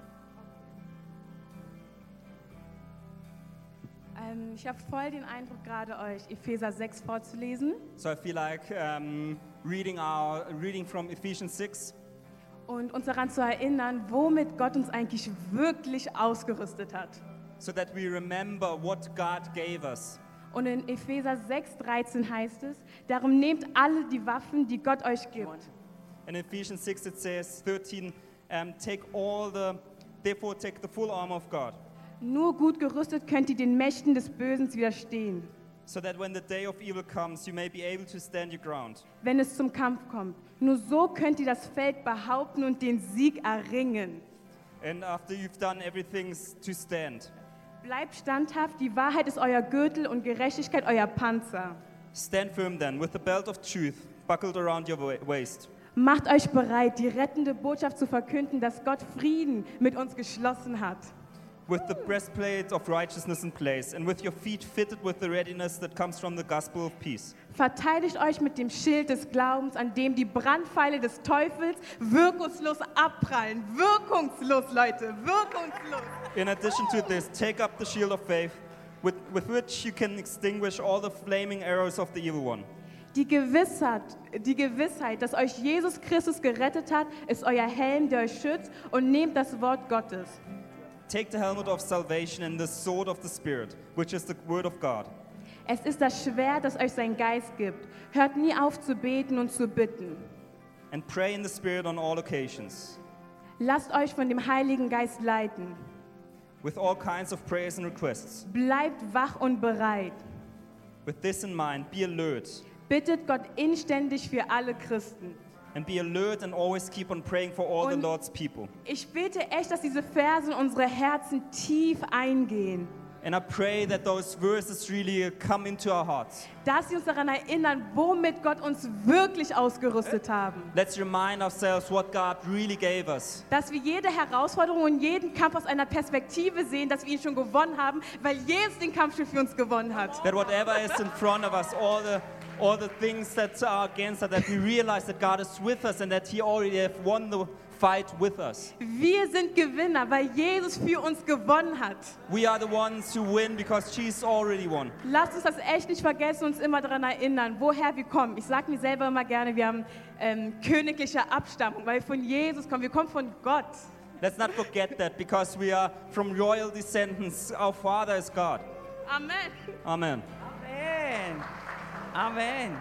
Ich habe voll den Eindruck, gerade euch Epheser 6 vorzulesen. So I feel like reading from Ephesians 6 Und uns daran zu erinnern, womit Gott uns eigentlich wirklich ausgerüstet hat. so that we remember what God gave us. Und in Epheser 6,13 heißt es, darum nehmt alle die Waffen, die Gott euch gibt. In Ephesians 6 it says 13, therefore take the full armor of God, Nur gut gerüstet könnt ihr den Mächten des Bösen widerstehen, so that when the day of evil comes, you may be able to stand your ground. wenn es zum Kampf kommt. Nur so könnt ihr das Feld behaupten und den Sieg erringen. And after you've done everything to stand, Bleibt standhaft, die Wahrheit ist euer Gürtel und Gerechtigkeit euer Panzer. stand firm then, with the belt of truth buckled around your waist. Macht euch bereit, die rettende Botschaft zu verkünden, dass Gott Frieden mit uns geschlossen hat. With the breastplate of righteousness in place, and with your feet fitted with the readiness that comes from the gospel of peace. Verteidigt euch mit dem Schild des Glaubens, an dem die Brandpfeile des Teufels wirkungslos abprallen. Wirkungslos, Leute, wirkungslos. In addition to this, take up the shield of faith, with which you can extinguish all the flaming arrows of the evil one. Die Gewissheit, dass euch Jesus Christus gerettet hat, ist euer Helm, der euch schützt, und nehmt das Wort Gottes. Take the helmet of salvation and the sword of the Spirit, which is the word of God. Es ist das Schwert, das euch sein Geist gibt. Hört nie auf zu beten und zu bitten. And pray in the Spirit on all occasions. Lasst euch von dem Heiligen Geist leiten. With all kinds of prayers and requests. Bleibt wach und bereit. With this in mind, be alert. Bittet Gott inständig für alle Christen. And be alert and always keep on praying for all the Und- Lord's people. Ich bete echt, dass diese Verse in unsere Herzen tief eingehen. And I pray that those verses really come into our hearts. Dass sie uns daran erinnern, womit Gott uns wirklich ausgerüstet haben. Let's remind ourselves what God really gave us. Dass wir jede Herausforderung und jeden Kampf aus einer Perspektive sehen, dass wir ihn schon gewonnen haben, weil Jesus den Kampf schon für uns gewonnen hat. That whatever is in front of us, all the things that are against us, that we realize that God is with us and that He already have won the fight with us. Wir sind Gewinner, weil Jesus für uns gewonnen hat. We are the ones who win because she's already won. Lasst uns das echt nicht vergessen, uns immer daran erinnern, woher wir kommen. Ich sage mir selber immer gerne, wir haben königliche Abstammung, weil wir von Jesus kommen. Wir kommen von Gott. Let's not forget that because we are from royal descendants. Our Father is God. Amen. Amen. Amen. Amen.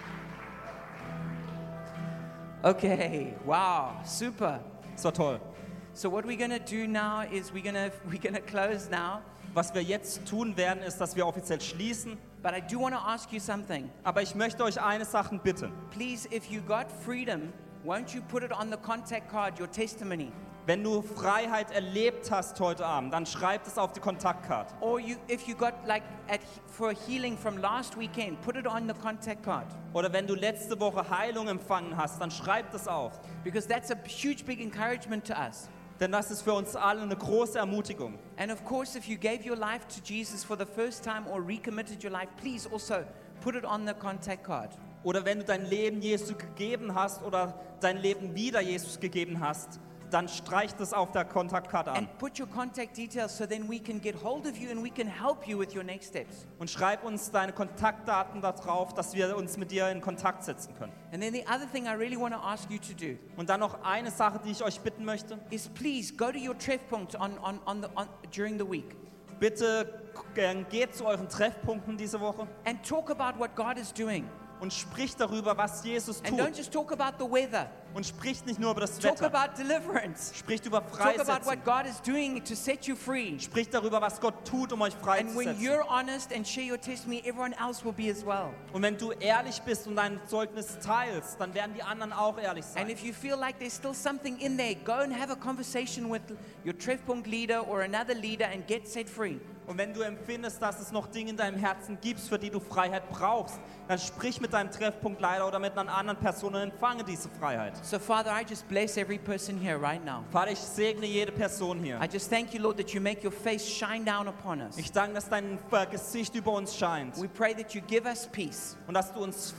Okay, wow, super. Das war toll. So what we're going to do now is we're going to close now, Was wir jetzt tun werden, ist, dass wir offiziell schließen. but I do want to ask you something. Aber ich möchte euch eine Sache bitten. Please, if you got freedom, won't you put it on the contact card, your testimony? Wenn du Freiheit erlebt hast heute Abend, dann schreib es auf die Kontaktkarte. Or if you got like for healing from last weekend, put it on the contact card. Oder wenn du letzte Woche Heilung empfangen hast, dann schreib das auf. Because that's a huge, big encouragement to us. Denn das ist für uns alle eine große Ermutigung. And of course, if you gave your life to Jesus for the first time or recommitted your life, please also put it on the contact card. Oder wenn du dein Leben Jesus gegeben hast oder dein Leben wieder Jesus gegeben hast, dann streich das auf der Kontaktkarte an. And put your contact details so then we can get hold of you and we can help you with your next steps. Und schreib uns deine Kontaktdaten da drauf, dass wir uns mit dir in Kontakt setzen können. And then the other thing I really want to ask you to do Und dann noch eine Sache, die ich euch bitten möchte. is please go to your Treffpunkt during the week Bitte geht zu euren Treffpunkten diese Woche and talk about what God is doing. und spricht darüber, was Jesus And don't tut. just talk about the weather. Und spricht nicht nur über das Talk Wetter. about deliverance. Spricht über Talk about Freisetzung. what God is doing to set you free. Spricht darüber, was Gott tut, um euch And when freizusetzen. you're honest and share your testimony, everyone else will be as well. Und wenn du ehrlich bist und dein Zeugnis teilst, dann werden die anderen auch ehrlich And sein. if you feel like there's still something in there, go and have a conversation with your Treffpunkt leader or another leader and get set free. Und wenn du empfindest, dass es noch Dinge in deinem Herzen gibt, für die du Freiheit brauchst, dann sprich mit deinem Treffpunktleiter oder mit einer anderen Person und empfange diese Freiheit. So, Father, I just bless every person here right now. Vater, ich segne jede Person hier. I just thank you, Lord, that you make your face shine down upon us. Ich danke, dass dein Gesicht über uns scheint We pray that you give us peace. und dass du uns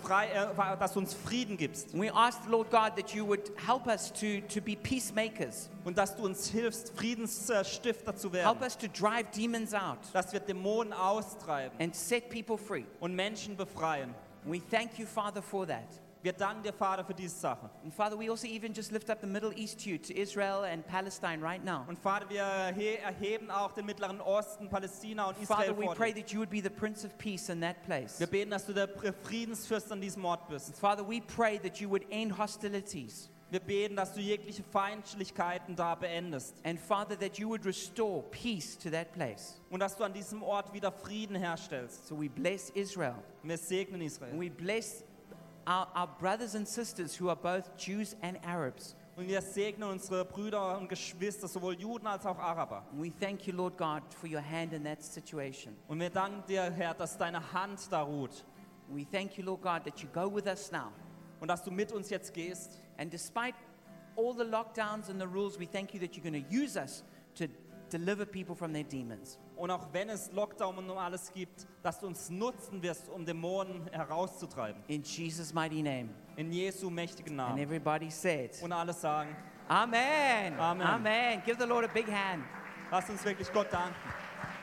Frieden gibst And we ask, Lord God, that you would help us to be peacemakers. und dass du uns hilfst, Friedensstifter zu Help werden, us to drive demons out dass wir Dämonen austreiben and set people free. und Menschen befreien. We thank you, Father, for that. Wir danken dir, Vater, für diese Sache. And Father, we also even just lift up the Middle East to you, to Israel and Palestine right now. Und Vater, wir erheben auch den Mittleren Osten, Palästina und Father, Israel we vor pray dir. that you would be the Prince of Peace in that place. Wir beten, dass du der Friedensfürst an diesem Ort bist. Father, we pray that you would end hostilities. Wir beten, dass du jegliche Feindlichkeiten da beendest And Father, that you would restore peace to that place. und dass du an diesem Ort wieder Frieden herstellst. So we bless Israel. Und wir segnen And Israel. we bless our brothers and sisters who are both Jews and Arabs. Und wir segnen unsere Brüder und Geschwister, sowohl Juden als auch Araber. And we thank you, Lord God, for your hand in that situation. Und wir danken dir, Herr, dass deine Hand da ruht And we thank you, Lord God, that you go with us now. und dass du mit uns jetzt gehst. And despite all the lockdowns and the rules, we thank you that you're going to use us to deliver people from their demons. Und auch wenn es Lockdown und alles gibt, dass du uns nutzen wirst, um Dämonen herauszutreiben. In Jesus' mighty name. In Jesu mächtigen And Namen. everybody said, Und alle sagen, Amen. Amen. Amen. Give the Lord a big hand. lass uns wirklich Gott danken.